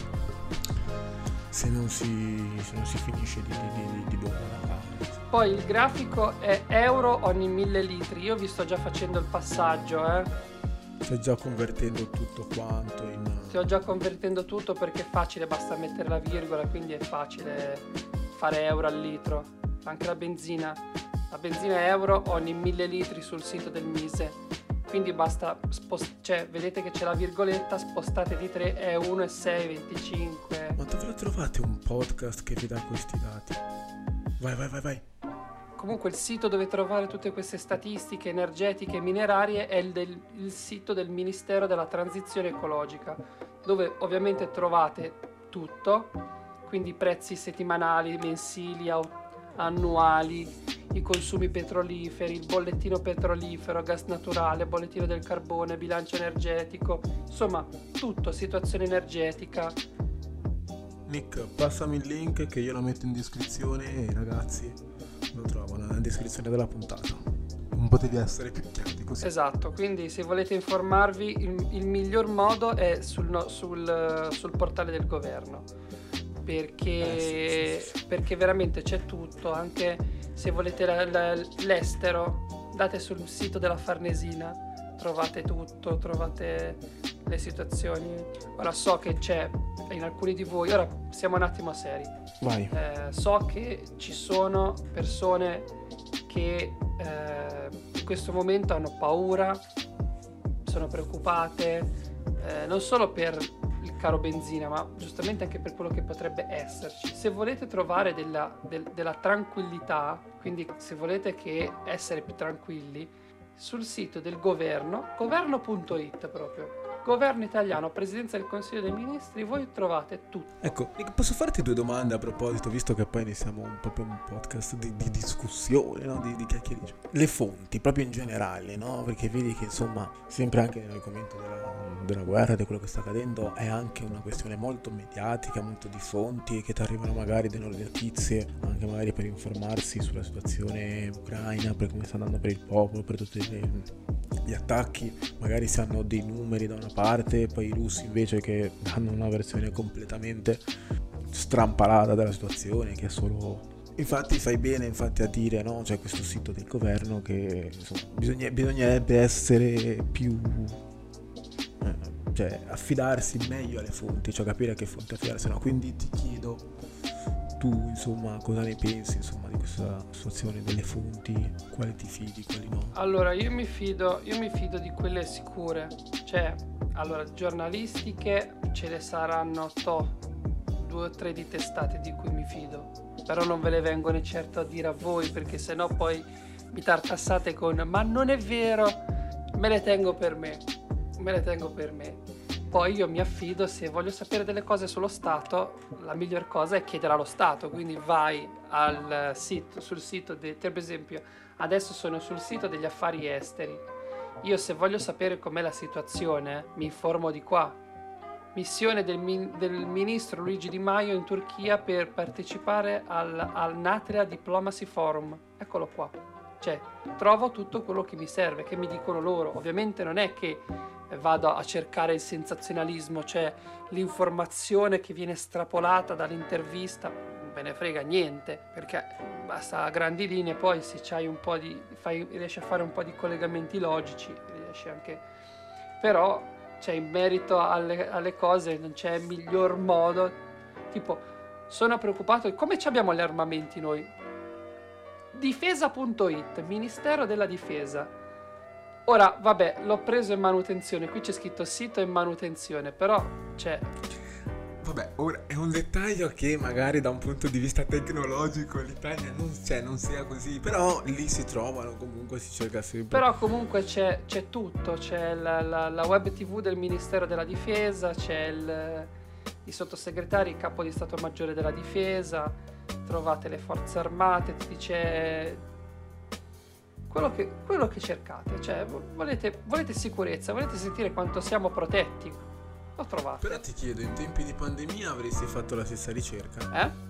se non si, se non si finisce di, di, di, di bombare la carne. Poi il grafico è euro ogni mille litri. Io vi sto già facendo il passaggio, eh. Stai già convertendo tutto quanto in... Sto già convertendo tutto perché è facile, basta mettere la virgola, quindi è facile fare euro al litro. Anche la benzina. La benzina è euro ogni mille litri sul sito del Mise. Quindi basta, spost- cioè vedete che c'è la virgoletta, spostate di tre, è uno virgola seicentoventicinque. Ma dove trovate un podcast che vi dà questi dati? Vai, vai, vai, vai. Comunque il sito dove trovare tutte queste statistiche energetiche e minerarie è il, del, il sito del Ministero della Transizione Ecologica, dove ovviamente trovate tutto, quindi prezzi settimanali, mensili, au- annuali, i consumi petroliferi, il bollettino petrolifero, gas naturale, bollettino del carbone, bilancio energetico, insomma tutto, situazione energetica. Nick, passami il link che io lo metto in descrizione e ragazzi lo trovano nella descrizione della puntata. Non potevi essere più chiari così. Esatto, quindi se volete informarvi il, il miglior modo è sul, no, sul, sul portale del governo, perché, eh, sì, sì, sì. perché veramente c'è tutto. Anche se volete la, la, l'estero, date sul sito della Farnesina, trovate tutto, trovate le situazioni. Ora so che c'è in alcuni di voi, ora siamo un attimo seri, Vai. eh, so che ci sono persone che eh, in questo momento hanno paura, sono preoccupate, eh, non solo per il caro benzina, ma giustamente anche per quello che potrebbe esserci. Se volete trovare della, del, della tranquillità, quindi se volete che essere più tranquilli, sul sito del governo, governo punto it proprio, governo italiano, presidenza del Consiglio dei Ministri, voi trovate tutto. Ecco, posso farti due domande a proposito, visto che poi ne siamo un po' più un podcast di, di discussione, no? di, di chiacchiericcio. Le fonti, proprio in generale, no? Perché vedi che insomma, sempre anche nell'argomento della, della guerra, di quello che sta accadendo, è anche una questione molto mediatica, molto di fonti, che ti arrivano magari delle notizie, anche magari per informarsi sulla situazione ucraina, per come sta andando per il popolo, per tutti gli attacchi. Magari si hanno dei numeri da una parte, poi i russi invece che danno una versione completamente strampalata della situazione, che è solo... Infatti fai bene infatti a dire, no? C'è questo sito del governo che insomma, bisogna, bisognerebbe essere più... Eh, cioè affidarsi meglio alle fonti, cioè capire a che fonti affidarsi, no? Quindi ti chiedo tu insomma cosa ne pensi insomma di questa situazione delle fonti, quali ti fidi, quali no? Allora io mi fido, io mi fido di quelle sicure, cioè allora giornalistiche ce ne saranno to, due o tre di testate di cui mi fido, però non ve le vengo né certo a dire a voi, perché sennò poi mi tartassate con ma non è vero, me le tengo per me, me le tengo per me. Poi io mi affido, se voglio sapere delle cose sullo Stato, la miglior cosa è chiedere allo Stato, quindi vai al sito, sul sito, de, per esempio, adesso sono sul sito degli affari esteri. Io se voglio sapere com'è la situazione, mi informo di qua. Missione del, del ministro Luigi Di Maio in Turchia per partecipare al, al Natria Diplomacy Forum. Eccolo qua. Cioè, trovo tutto quello che mi serve, che mi dicono loro. Ovviamente non è che vado a cercare il sensazionalismo, cioè l'informazione che viene estrapolata dall'intervista, non me ne frega niente, perché basta a grandi linee, poi se c'hai un po' di fai, riesci a fare un po' di collegamenti logici, riesci anche, però cioè in merito alle, alle cose non c'è miglior modo. Tipo, sono preoccupato, come ci abbiamo gli armamenti noi? Difesa punto it, Ministero della Difesa. Ora, vabbè, l'ho preso in manutenzione, qui c'è scritto sito in manutenzione, però c'è... Vabbè, ora è un dettaglio che magari da un punto di vista tecnologico l'Italia non, cioè, non sia così, però lì si trovano, comunque si cerca sempre. Però comunque c'è, c'è tutto, c'è la, la, la web tv del Ministero della Difesa, c'è il, i sottosegretari, il capo di Stato Maggiore della Difesa, trovate le forze armate, ti dice... Quello che, quello che cercate, cioè volete, volete sicurezza, volete sentire quanto siamo protetti, lo trovate. Però ti chiedo, in tempi di pandemia avresti fatto la stessa ricerca? Eh?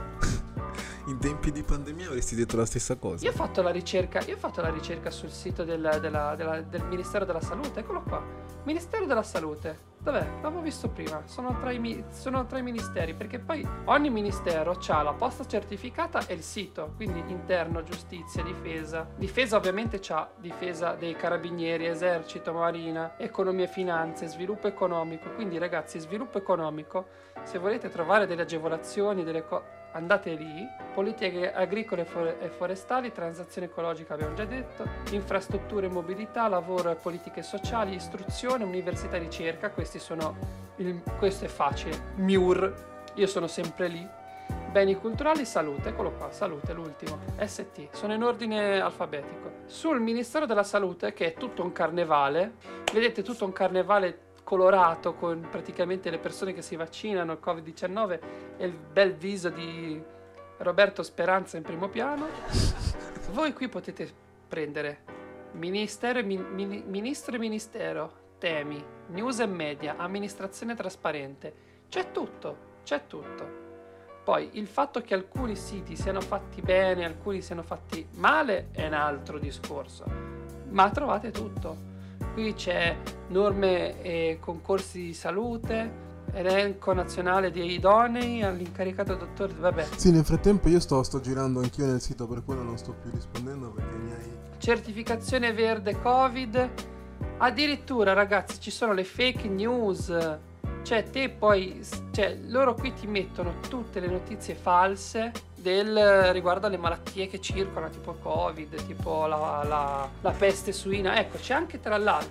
In tempi di pandemia avresti detto la stessa cosa? Io ho fatto la ricerca, io ho fatto la ricerca sul sito del, della, della, del Ministero della Salute, eccolo qua. Ministero della Salute, dov'è? L'avevo visto prima, sono tra, i, sono tra i ministeri, perché poi ogni ministero ha la posta certificata e il sito, quindi interno, giustizia, difesa. Difesa ovviamente c'ha difesa dei carabinieri, esercito, marina, economia e finanze, sviluppo economico, quindi ragazzi sviluppo economico, se volete trovare delle agevolazioni, delle cose... Andate lì, politiche agricole e forestali, transizione ecologica abbiamo già detto, infrastrutture e mobilità, lavoro e politiche sociali, istruzione, università e ricerca, questi sono, il, questo è facile, M I U R, io sono sempre lì, beni culturali, salute, eccolo qua, salute l'ultimo, S T, sono in ordine alfabetico. Sul Ministero della Salute, che è tutto un carnevale, vedete tutto un carnevale colorato con praticamente le persone che si vaccinano il covid diciannove e il bel viso di Roberto Speranza in primo piano. Voi qui potete prendere ministero e min- ministro e ministero, temi, news e media, amministrazione trasparente, c'è tutto, c'è tutto. Poi il fatto che alcuni siti siano fatti bene, alcuni siano fatti male è un altro discorso, ma trovate tutto. Qui c'è norme e concorsi di salute, elenco nazionale di idonei all'incaricato dottore, vabbè. Sì, nel frattempo io sto, sto girando anch'io nel sito, per quello non sto più rispondendo perché mi hai... Certificazione verde Covid, addirittura ragazzi ci sono le fake news, cioè te poi, cioè loro qui ti mettono tutte le notizie false del riguardo alle malattie che circolano, tipo Covid, tipo la, la, la peste suina. Ecco, c'è anche tra l'altro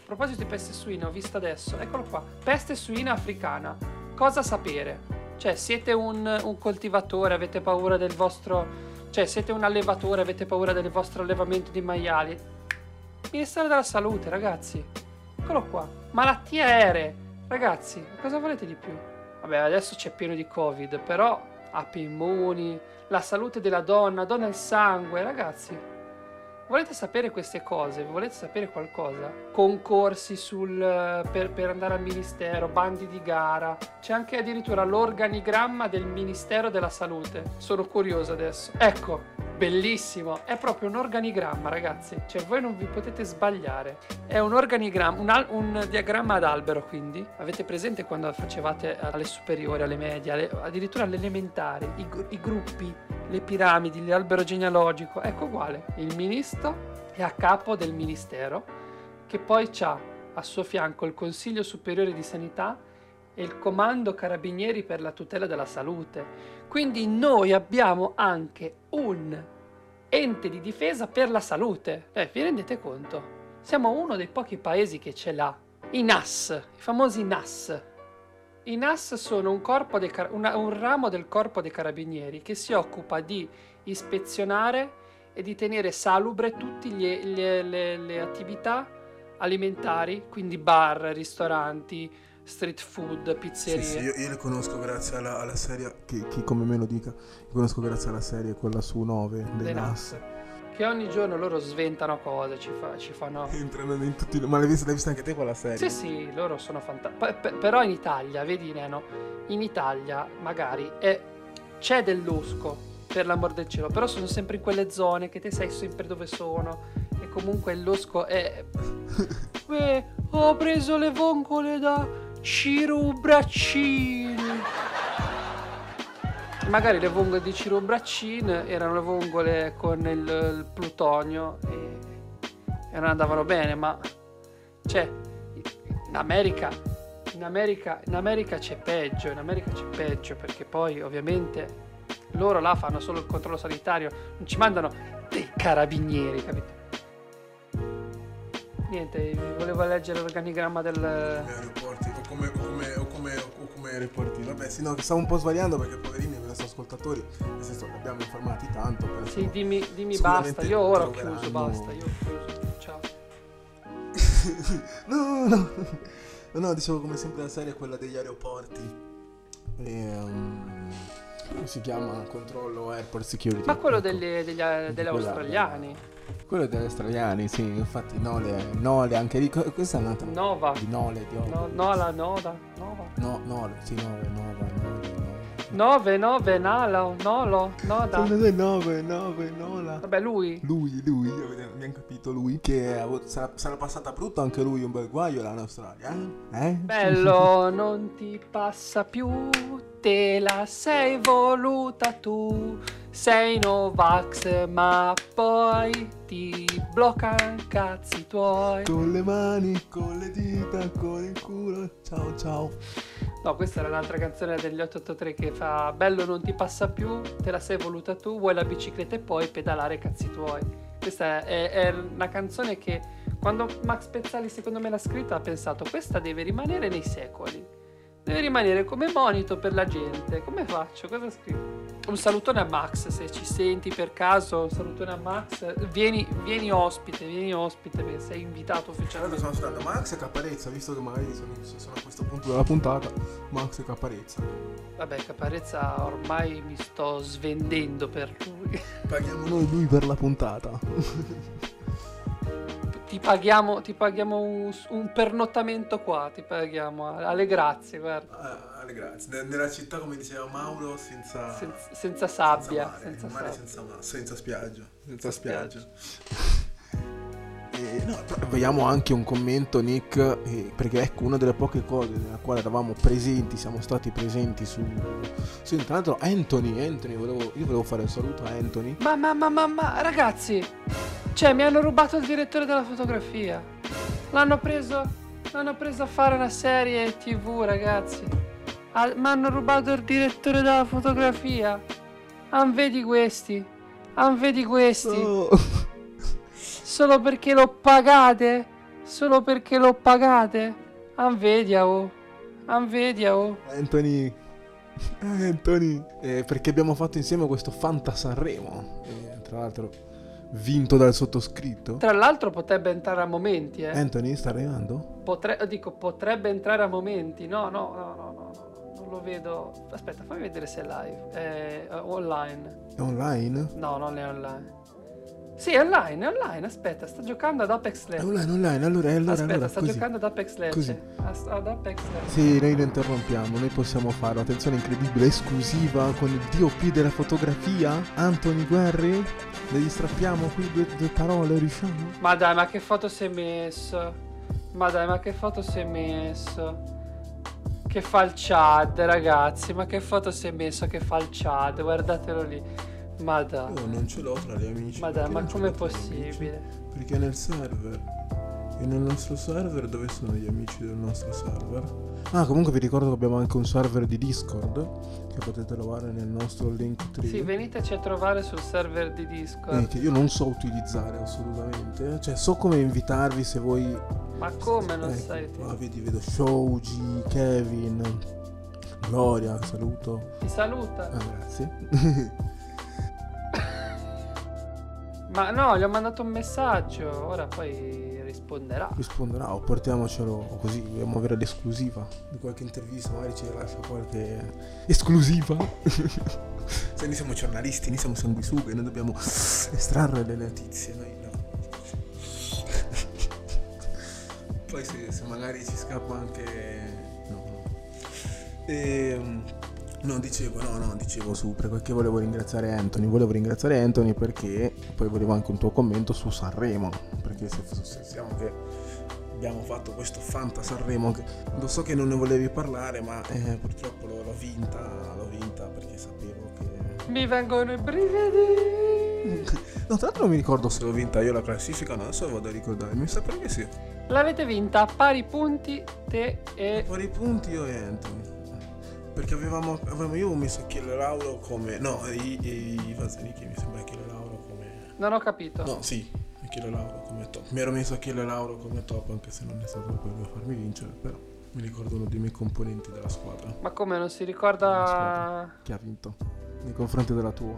proposito di peste suina, ho visto adesso, eccolo qua, peste suina africana, cosa sapere? Cioè, siete un, un coltivatore, avete paura del vostro, cioè siete un allevatore, avete paura del vostro allevamento di maiali? Ministero della Salute, ragazzi, eccolo qua, malattie aeree, ragazzi, cosa volete di più? Vabbè, adesso c'è pieno di Covid, però api immuni, la salute della donna, donna il sangue, ragazzi. Volete sapere queste cose? Volete sapere qualcosa? Concorsi sul, per, per andare al ministero, bandi di gara. C'è anche addirittura l'organigramma del Ministero della Salute. Sono curioso adesso. Ecco, bellissimo. È proprio un organigramma, ragazzi. Cioè, voi non vi potete sbagliare. È un organigramma, un, al, un diagramma ad albero, quindi. Avete presente quando facevate alle superiori, alle medie, alle, addirittura alle elementari, i, i gruppi, le piramidi, l'albero genealogico? Ecco uguale. Il ministro è a capo del ministero, che poi ha a suo fianco il Consiglio Superiore di Sanità e il Comando Carabinieri per la tutela della salute. Quindi noi abbiamo anche un ente di difesa per la salute. Eh, vi rendete conto? Siamo uno dei pochi paesi che ce l'ha. I N A S, i famosi N A S. I N A S sono un, corpo dei car- una, un ramo del Corpo dei Carabinieri che si occupa di ispezionare e di tenere salubre tutte le, le, le attività alimentari, quindi bar, ristoranti, street food, pizzerie. Sì, sì, io, io le conosco grazie alla, alla serie, che, chi come me lo dica, le conosco grazie alla serie, quella su nove dei N A S. Che ogni giorno loro sventano cose, ci, fa, ci fanno... Entrano in tutti... Ma l'hai vista, l'hai vista anche te quella serie? Sì, sì, loro sono fantastici. Però in Italia, vedi Neno, in Italia magari è... c'è dell'usco, per l'amor del cielo, però sono sempre in quelle zone che te sai sempre dove sono e comunque il losco è... Beh, ho preso le vongole da Ciro Braccini. Magari le vongole di Ciro Braccin erano le vongole con il, il plutonio e, e non andavano bene, ma cioè in America in America in America c'è peggio, in America c'è peggio perché poi ovviamente loro là fanno solo il controllo sanitario, non ci mandano dei carabinieri, capito? Niente, vi volevo leggere l'organigramma del... Come aeroporti, o come, o come, o come, o come aeroporti. Vabbè, sì, no, stavo un po' svariando perché poverini i nostri ascoltatori, nel senso li abbiamo informati tanto. Però, sì, insomma, dimmi, dimmi basta, io ora ho chiuso, troveranno... basta, io ho chiuso, ciao. no, no, no, no, dicevo come sempre la serie è quella degli aeroporti. E, um, come si chiama? Controllo Airport Security. Ma quello ecco. delle, degli, degli australiani. Quello degli australiani, sì, infatti Nole, Nole anche lì, questa è un'altra Nova. di Nole, di Nole. No, no, la Noda, Nova. No, Nole, sì, Nove, Nova, Nole, Nole. Nove, nove, Nalo, Nolo, Noda. Sono due nove, nove, Nola. Vabbè, lui. Lui, lui, abbiamo capito lui che ha avuto- sarà, sarà passata brutto anche lui un bel guaio là in Australia, eh? eh? Bello, non ti passa più, te la sei voluta tu. Sei Novax, ma poi ti bloccano cazzi tuoi. Con le mani, con le dita, con il culo, ciao ciao. No, questa era un'altra canzone degli otto otto tre che fa bello non ti passa più, te la sei voluta tu, vuoi la bicicletta e poi pedalare cazzi tuoi. Questa è, è una canzone che quando Max Pezzali secondo me l'ha scritta ha pensato questa deve rimanere nei secoli, deve rimanere come monito per la gente. Come faccio? Cosa scrivo? Un salutone a Max, se ci senti per caso, un salutone a Max, vieni, vieni ospite, vieni ospite perché sei invitato ufficialmente. Sono aspettando Max e Caparezza, visto che magari sono, sono a questo punto della puntata, Max e Caparezza. Vabbè, Caparezza ormai mi sto svendendo per lui. Paghiamo noi lui per la puntata. Ti paghiamo, ti paghiamo un, un pernottamento qua, ti paghiamo, alle grazie, guarda. Ah, alle grazie. Nella città, come diceva Mauro, senza... Senza, senza sabbia. Senza mare, senza mare sabbia. senza, ma- senza spiaggia. Senza spiaggia. spiaggia. E, no, però vediamo anche un commento, Nick, eh, perché ecco una delle poche cose nella quale eravamo presenti, siamo stati presenti su, su tra l'altro Anthony, Anthony volevo, io volevo fare un saluto a Anthony. Ma, ma, ma, ma, ma, ragazzi, cioè mi hanno rubato il direttore della fotografia. L'hanno preso, l'hanno preso a fare una serie tivù, ragazzi. Ah, mi hanno rubato il direttore della fotografia. Ah, vedi questi, ah, vedi questi. Oh. Solo perché lo pagate? Solo perché lo pagate? Anvedia, oh. Anvedia, oh. Anthony, Anthony, eh, perché abbiamo fatto insieme questo Fanta Sanremo, eh, tra l'altro vinto dal sottoscritto. Tra l'altro potrebbe entrare a momenti, eh. Anthony, sta arrivando? Potre- dico, potrebbe entrare a momenti. No, no, no, no, no, no. Non lo vedo. Aspetta, fammi vedere se è live. È uh, online. È online? No, non è online. Sì, è online, è online. Aspetta, sta giocando ad Apex È Legends. online, online, allora, allora, Aspetta, allora, sta così. giocando ad Apex Legends. Così. As- Ad Apex Legends. Sì, noi lo interrompiamo, noi possiamo farlo. Attenzione, incredibile, esclusiva con il D O P della fotografia. Anthony Guerri, le distrappiamo qui due, due parole, riusciamo? Ma dai, ma che foto si è messo? Ma dai, ma che foto si è messo? Che fa il Chad, ragazzi. Ma che foto si è messo che fa il Chad? Guardatelo lì. Ma dai. Io non ce l'ho tra gli amici. Ma dai, Perché ma non ce com'è l'ho tra gli amici? possibile? Perché nel server. E nel nostro server dove sono gli amici del nostro server? Ah, comunque vi ricordo che abbiamo anche un server di Discord che potete trovare nel nostro link tree. Sì, veniteci a trovare sul server di eh, Discord. che io non so utilizzare assolutamente. Cioè, so come invitarvi se voi. Ma come non Ecco, sai? qua vedi, vedo Shouji, Kevin, Gloria, saluto. Ti saluta. Ah, grazie. Ma no, gli ho mandato un messaggio. Ora poi risponderà. Risponderà o portiamocelo così, dobbiamo avere l'esclusiva di qualche intervista, magari ci lascia qualche esclusiva. Se noi siamo giornalisti, noi siamo sanguisughe, noi dobbiamo estrarre le notizie, noi no. Poi se, se magari ci scappa anche. No, no. Ehm. No, dicevo, no, no, dicevo su, perché volevo ringraziare Anthony, volevo ringraziare Anthony perché poi volevo anche un tuo commento su Sanremo, perché se, se siamo che abbiamo fatto questo Fanta Sanremo, che lo so che non ne volevi parlare, ma eh, purtroppo l'ho, l'ho vinta, l'ho vinta perché sapevo che... Mi vengono i brividi. No, tra l'altro non mi ricordo se Se l'ho vinta io la classifica, no, adesso vado a ricordare, mi sa perché sì. L'avete vinta a pari punti te e... Pari punti io e Anthony. Perché avevamo, avevamo io ho messo Achille Lauro come. No, i, i, i Vazzanicchi mi sembra Achille Lauro come. Non ho capito. No, sì, Achille Lauro come top. Mi ero messo Achille Lauro come top, anche se non è stato per lui a farmi vincere, però mi ricordo uno dei miei componenti della squadra. Ma come non si Della ricorda? squadra. Chi ha vinto nei confronti della tua.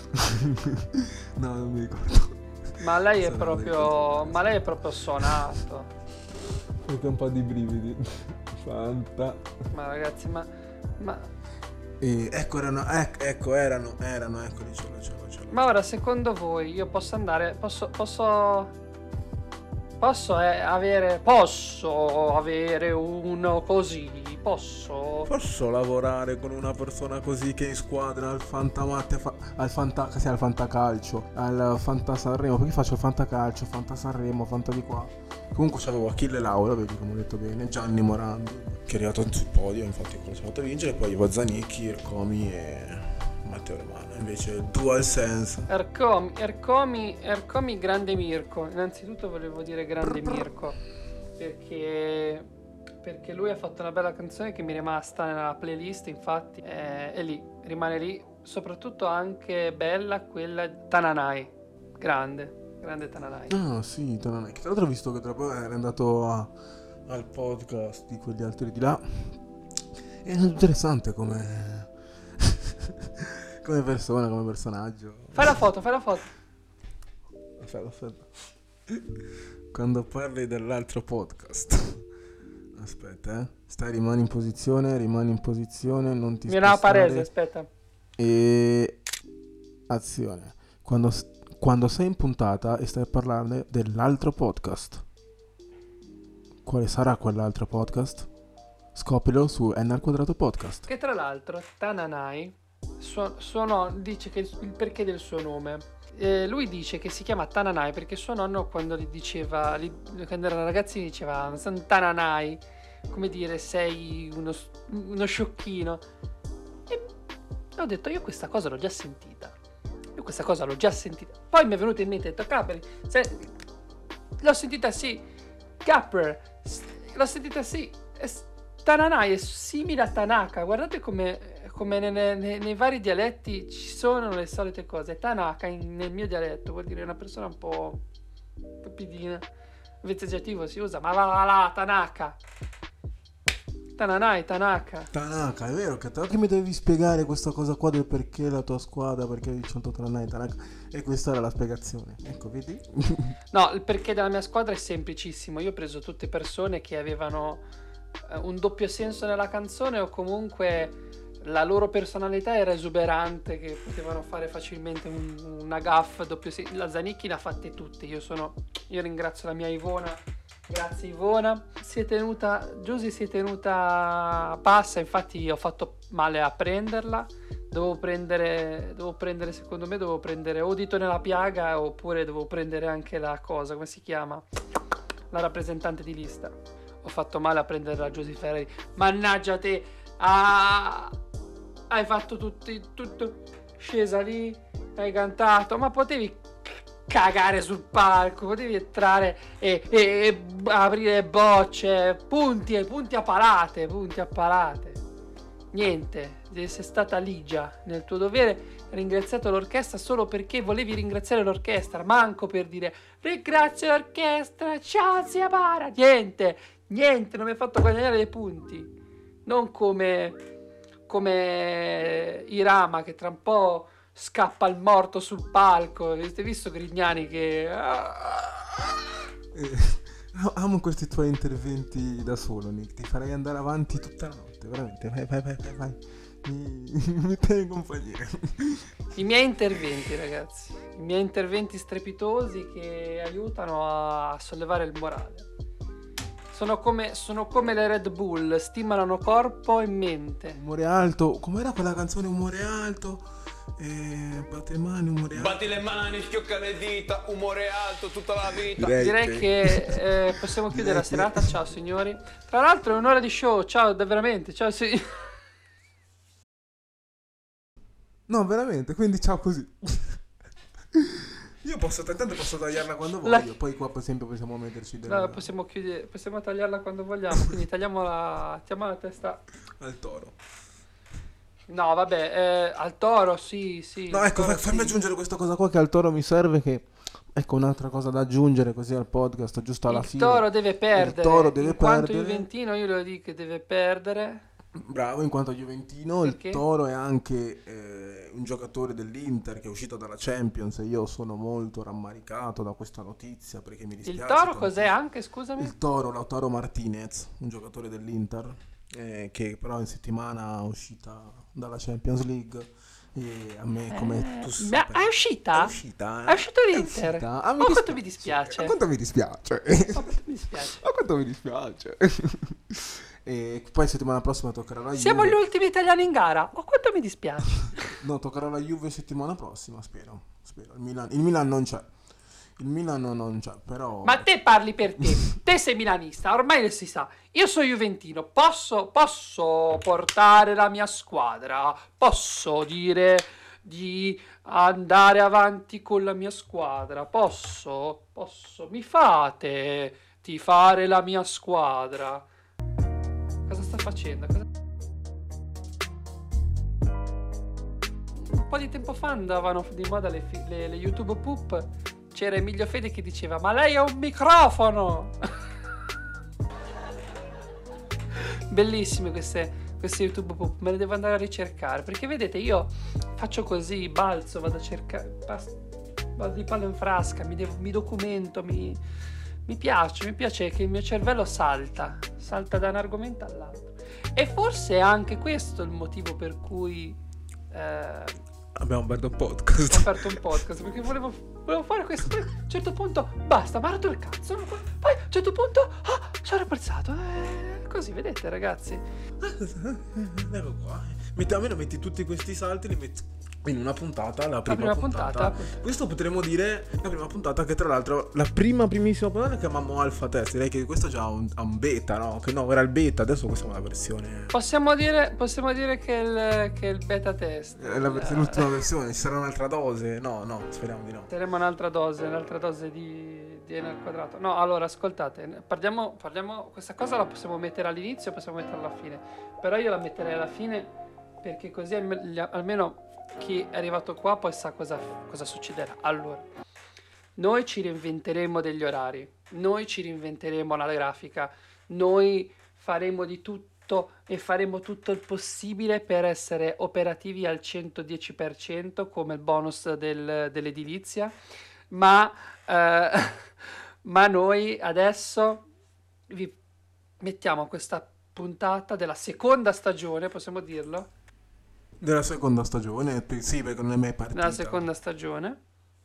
No, non mi ricordo. Ma lei è Sarà proprio... Ma lei è proprio suonato. Perché un po' di brividi. Fanta. Ma ragazzi, ma... Ma... E ecco erano, ec- ecco erano, erano, ecco ce l'ho, ce l'ho, ce l'ho. Ma ora secondo voi io posso andare... Posso... Posso... Posso eh, avere... Posso avere uno così? Posso? Posso lavorare con una persona così che in squadra Al Fantamatte, fa- al Fanta, sì, al Fantacalcio, al Fanta Sanremo, perché faccio il Fantacalcio, Fanta Sanremo, Fanta di qua. Comunque c'avevo Achille Lauro, vedi come ho detto bene, Gianni Morandi, che è arrivato sul podio, infatti quello si è fatto vincere, poi Vazzanicchi, Ercomi e Matteo Romano, invece Dual Sense. Ercomi, Ercomi, Ercomi grande Mirko. Innanzitutto volevo dire grande Mirko perché, perché lui ha fatto una bella canzone che mi è rimasta nella playlist, infatti è, è lì, rimane lì. Soprattutto anche bella quella Tananai, grande, grande Tananai. Ah sì, Tananai, che tra l'altro ho visto che tra poco era andato a- al podcast di quegli altri di là. È interessante come come persona, come personaggio. Fai la foto, fai la foto. Aspetta, aspetta. Quando parli dell'altro podcast. Aspetta, eh. Stai, rimani in posizione, rimani in posizione, non ti Milano spostare. Parese, aspetta. E azione. Quando, quando sei in puntata e stai a parlarne dell'altro podcast. Quale sarà quell'altro podcast? Scoprilo su N al quadrato podcast. Che tra l'altro Tananai suo- suonò, dice che il, il perché del suo nome. Eh, lui dice che si chiama Tananai perché suo nonno quando gli diceva, gli- quando erano ragazzi diceva "Sono Tananai", come dire sei uno, uno sciocchino. E ho detto io questa cosa l'ho già sentita. Io questa cosa l'ho già sentita. Poi mi è venuto in mente e ho detto Capri, se- l'ho sentita sì. Capper, s- l'ho sentita sì. È s- Tananai è simile a Tanaka. Guardate come, come ne- ne- ne- nei vari dialetti ci sono le solite cose. Tanaka in- nel mio dialetto vuol dire una persona un po' stupidina. vezzeggiativo si usa, ma va là, là, Tanaka. Tananai, Tanaka. Tanaka, è vero che, che mi devi spiegare questa cosa qua del perché la tua squadra, perché hai diciotto Tananai, Tanaka, e questa era la spiegazione. Ecco, vedi? No, il perché della mia squadra è semplicissimo. Io ho preso tutte persone che avevano eh, un doppio senso nella canzone, o comunque la loro personalità era esuberante, che potevano fare facilmente un, una gaffa doppio senso. La Zanicchi ne ha fatte tutte. Io sono io ringrazio la mia Ivona. Grazie Ivona. Si è tenuta, Giusy si è tenuta bassa, infatti ho fatto male a prenderla. Dovevo prendere, dovevo prendere, secondo me, dovevo prendere o Dito nella piaga, oppure dovevo prendere anche la cosa, come si chiama? La rappresentante di lista. Ho fatto male a prendere la Giusy Ferreri. Mannaggia te! Ah, hai fatto tutti, tutto, scesa lì, hai cantato, ma potevi cagare sul palco, potevi entrare e, e, e aprire bocce, punti e punti a palate, punti a palate. Niente, sei stata ligia nel tuo dovere, ringraziato l'orchestra solo perché volevi ringraziare l'orchestra, manco per dire ringrazio l'orchestra, ciao zia Mara, niente, niente, non mi ha fatto guadagnare dei punti. Non come, come Irama che tra un po' scappa il morto sul palco. Avete visto Grignani che Eh, amo questi tuoi interventi da solo, Nick. Ti farei andare avanti tutta la notte, veramente. Vai, vai, vai, vai, vai. Mi, mi tieni in compagnia. i miei interventi, ragazzi, i miei interventi strepitosi che aiutano a sollevare il morale. Sono come, sono come le Red Bull, stimolano corpo e mente. Umore alto, com'era quella canzone? Umore alto, eh, batte mani, umore alto. Batti le mani, schiocca le dita, umore alto tutta la vita. Direi, Direi che eh, possiamo chiudere la Direi che- serata. Ciao signori. Tra l'altro è un'ora di show. Ciao, da- veramente. Ciao signori. No, veramente, quindi ciao così. Io posso, tanto posso tagliarla quando La- voglio, poi qua per esempio possiamo metterci della... No, possiamo chiudere, possiamo tagliarla quando vogliamo. Quindi tagliamo la, tagliamo la testa. al toro. No, vabbè, eh, al toro, sì, sì. No, al ecco, toro, fa- fammi sì. aggiungere questa cosa qua che al toro mi serve, che ecco un'altra cosa da aggiungere così al podcast, giusto alla Il fine. toro deve perdere. Il toro deve In quanto perdere. juventino io lo dico che deve perdere. Bravo, in quanto juventino, Perché? il Toro è anche eh, un giocatore dell'Inter che è uscito dalla Champions e io sono molto rammaricato da questa notizia perché mi dispiace. Il toro tantissimo. cos'è anche, scusami? Il Toro, Lautaro Martinez, un giocatore dell'Inter eh, che però in settimana è uscita dalla Champions League e a me come tu Eh, sai, ma è uscita? È uscita, È eh? uscito è l'Inter. uscita. Ah, mi Oh, dis- quanto mi dispiace. A quanto mi dispiace? Oh, quanto mi dispiace. A quanto mi dispiace? E poi settimana prossima toccherà la Siamo Juve. gli ultimi italiani in gara. Oh, quanto mi dispiace. No, toccherà la Juve settimana prossima, spero. Spero. Il Milan, il Milan non c'è. Il Milan non c'è, però... Ma te parli per te. Te sei milanista, ormai si sa. Io sono juventino. Posso, posso portare la mia squadra. Posso dire di andare avanti con la mia squadra. Posso, posso. Mi fate tifare la mia squadra. Cosa sta facendo? Cosa... Un po' di tempo fa andavano di moda le, fi- le- le YouTube poop. C'era Emilio Fede che diceva: ma lei ha un microfono! Bellissime queste, queste YouTube poop, me le devo andare a ricercare. Perché vedete, io faccio così, balzo, vado a cercare, pas- vado di palo in frasca, mi, devo- mi documento, mi, mi piace, mi piace che il mio cervello salta, salta da un argomento all'altro. E forse è anche questo il motivo per cui eh, Abbiamo aperto un ho podcast. aperto un podcast, perché volevo, volevo fare questo. Poi a un certo punto basta, mi ha rotto il cazzo. no? Poi poi, a un certo punto ah, sono apprezzato. Eh, così, vedete, ragazzi. Ecco qua. Metti, almeno metti tutti questi salti, li metti in una puntata, la prima, prima puntata. puntata. Questo potremmo dire la prima puntata, che tra l'altro la prima primissima puntata che chiamavamo Alpha Test. Direi che questo già ha un, ha un beta, no? Che no, era il beta, adesso questa è una versione. Possiamo dire, possiamo dire che il, che il beta test. È la vers- il- l'ultima versione. Ci sarà un'altra dose? No, no, speriamo di no. Terremo un'altra dose, un'altra dose di, di n al quadrato. No, allora, ascoltate, parliamo, parliamo, questa cosa la possiamo mettere all'inizio, possiamo metterla alla fine. Però io la metterei alla fine perché così alme- gli- almeno chi è arrivato qua poi sa cosa, cosa succederà. Allora, noi ci reinventeremo degli orari. noi ci reinventeremo la grafica, noi faremo di tutto e faremo tutto il possibile per essere operativi al centodieci per cento come il bonus del- dell'edilizia, ma, eh, ma noi adesso vi mettiamo questa puntata della seconda stagione, possiamo dirlo? Della seconda stagione, pe- sì, perché non è mai partita. Nella seconda stagione.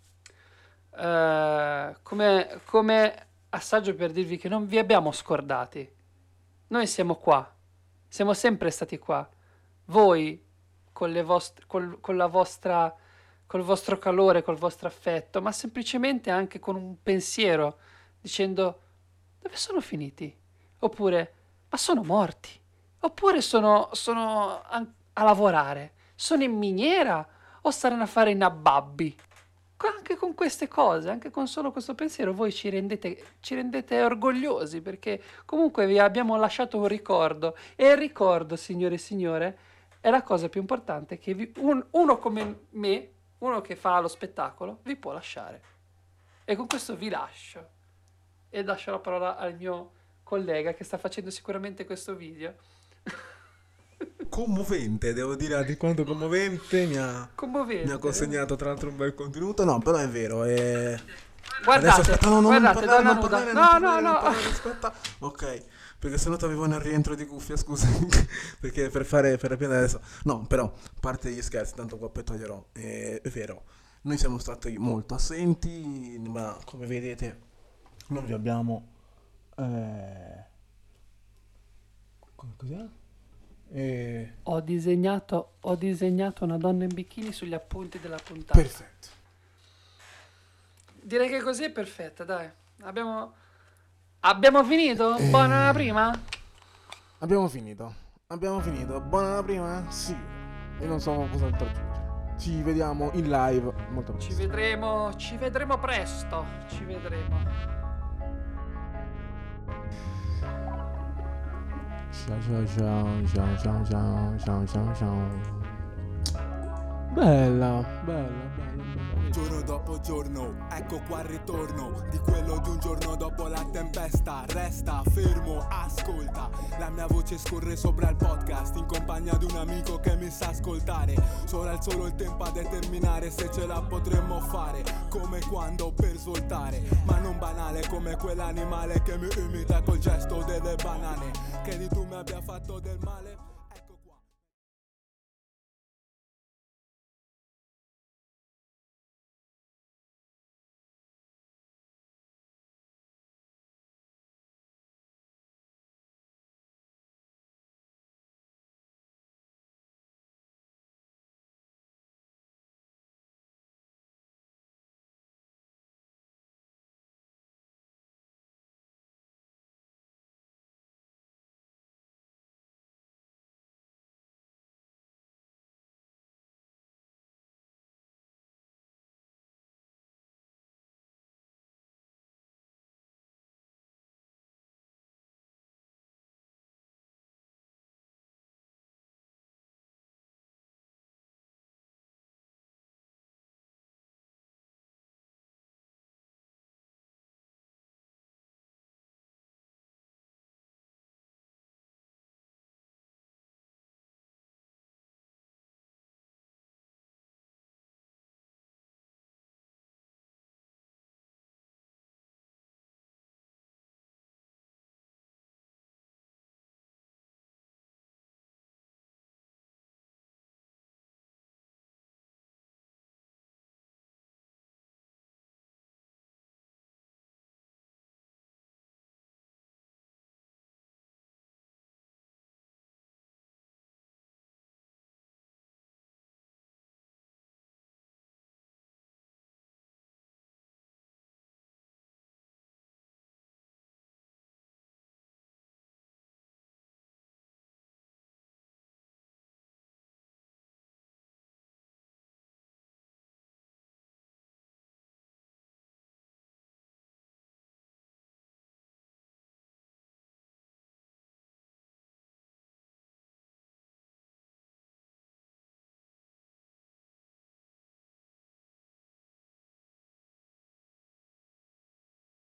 Eh, come, come assaggio per dirvi che non vi abbiamo scordati. Noi siamo qua. Siamo sempre stati qua. Voi, con, le vost- col, con la vostra, col vostro calore, col vostro affetto, ma semplicemente anche con un pensiero, dicendo: dove sono finiti? Oppure: ma sono morti? Oppure sono, sono an- a lavorare? Sono in miniera? O staranno a fare i nababbi? Co- Anche con queste cose, anche con solo questo pensiero, voi ci rendete, ci rendete orgogliosi, perché comunque vi abbiamo lasciato un ricordo. E il ricordo, signore e signore, è la cosa più importante che vi- un- uno come me, uno che fa lo spettacolo, vi può lasciare. E con questo vi lascio. E lascio la parola al mio collega che sta facendo sicuramente questo video. Commovente, devo dire, di quanto commovente, mi ha, Commovente. mi ha consegnato tra l'altro un bel contenuto. No, però è vero, è... Guardate, Adesso aspetta, no, no, non guardate, parlare, donna non nuda. parlare, No, non no, parlare, non no. parlare, aspetta. Ok, perché sennò ti avevo nel rientro di cuffia, scusa. Perché per fare, per riprendere adesso... No, però, a parte gli scherzi, tanto qua poi toglierò. È, è vero, noi siamo stati molto assenti, ma come vedete non vi abbiamo... Eh... Cos'è? Eh... Ho disegnato, ho disegnato una donna in bikini sugli appunti della puntata. Perfetto. Direi che così è perfetta, dai. Abbiamo, abbiamo finito? Eh. Buona la prima? Abbiamo finito. Abbiamo finito. Buona la prima? Sì. E non so cos'altro aggiungere. Ci vediamo in live molto presto. Ci vedremo, ci vedremo presto. Ci vedremo. Ciao ciao ciao ciao ciao ciao ciao ciao ciao. Bella, bella, bella, bella. Giorno dopo giorno, ecco qua il ritorno di quello di un giorno dopo la tempesta. Resta fermo, ascolta, la mia voce scorre sopra il podcast in compagnia di un amico che mi sa ascoltare. Solo il solo il tempo a determinare se ce la potremmo fare, come quando per svoltare, ma non banale come quell'animale che mi imita col gesto delle banane. Che di tu mi abbia fatto del male.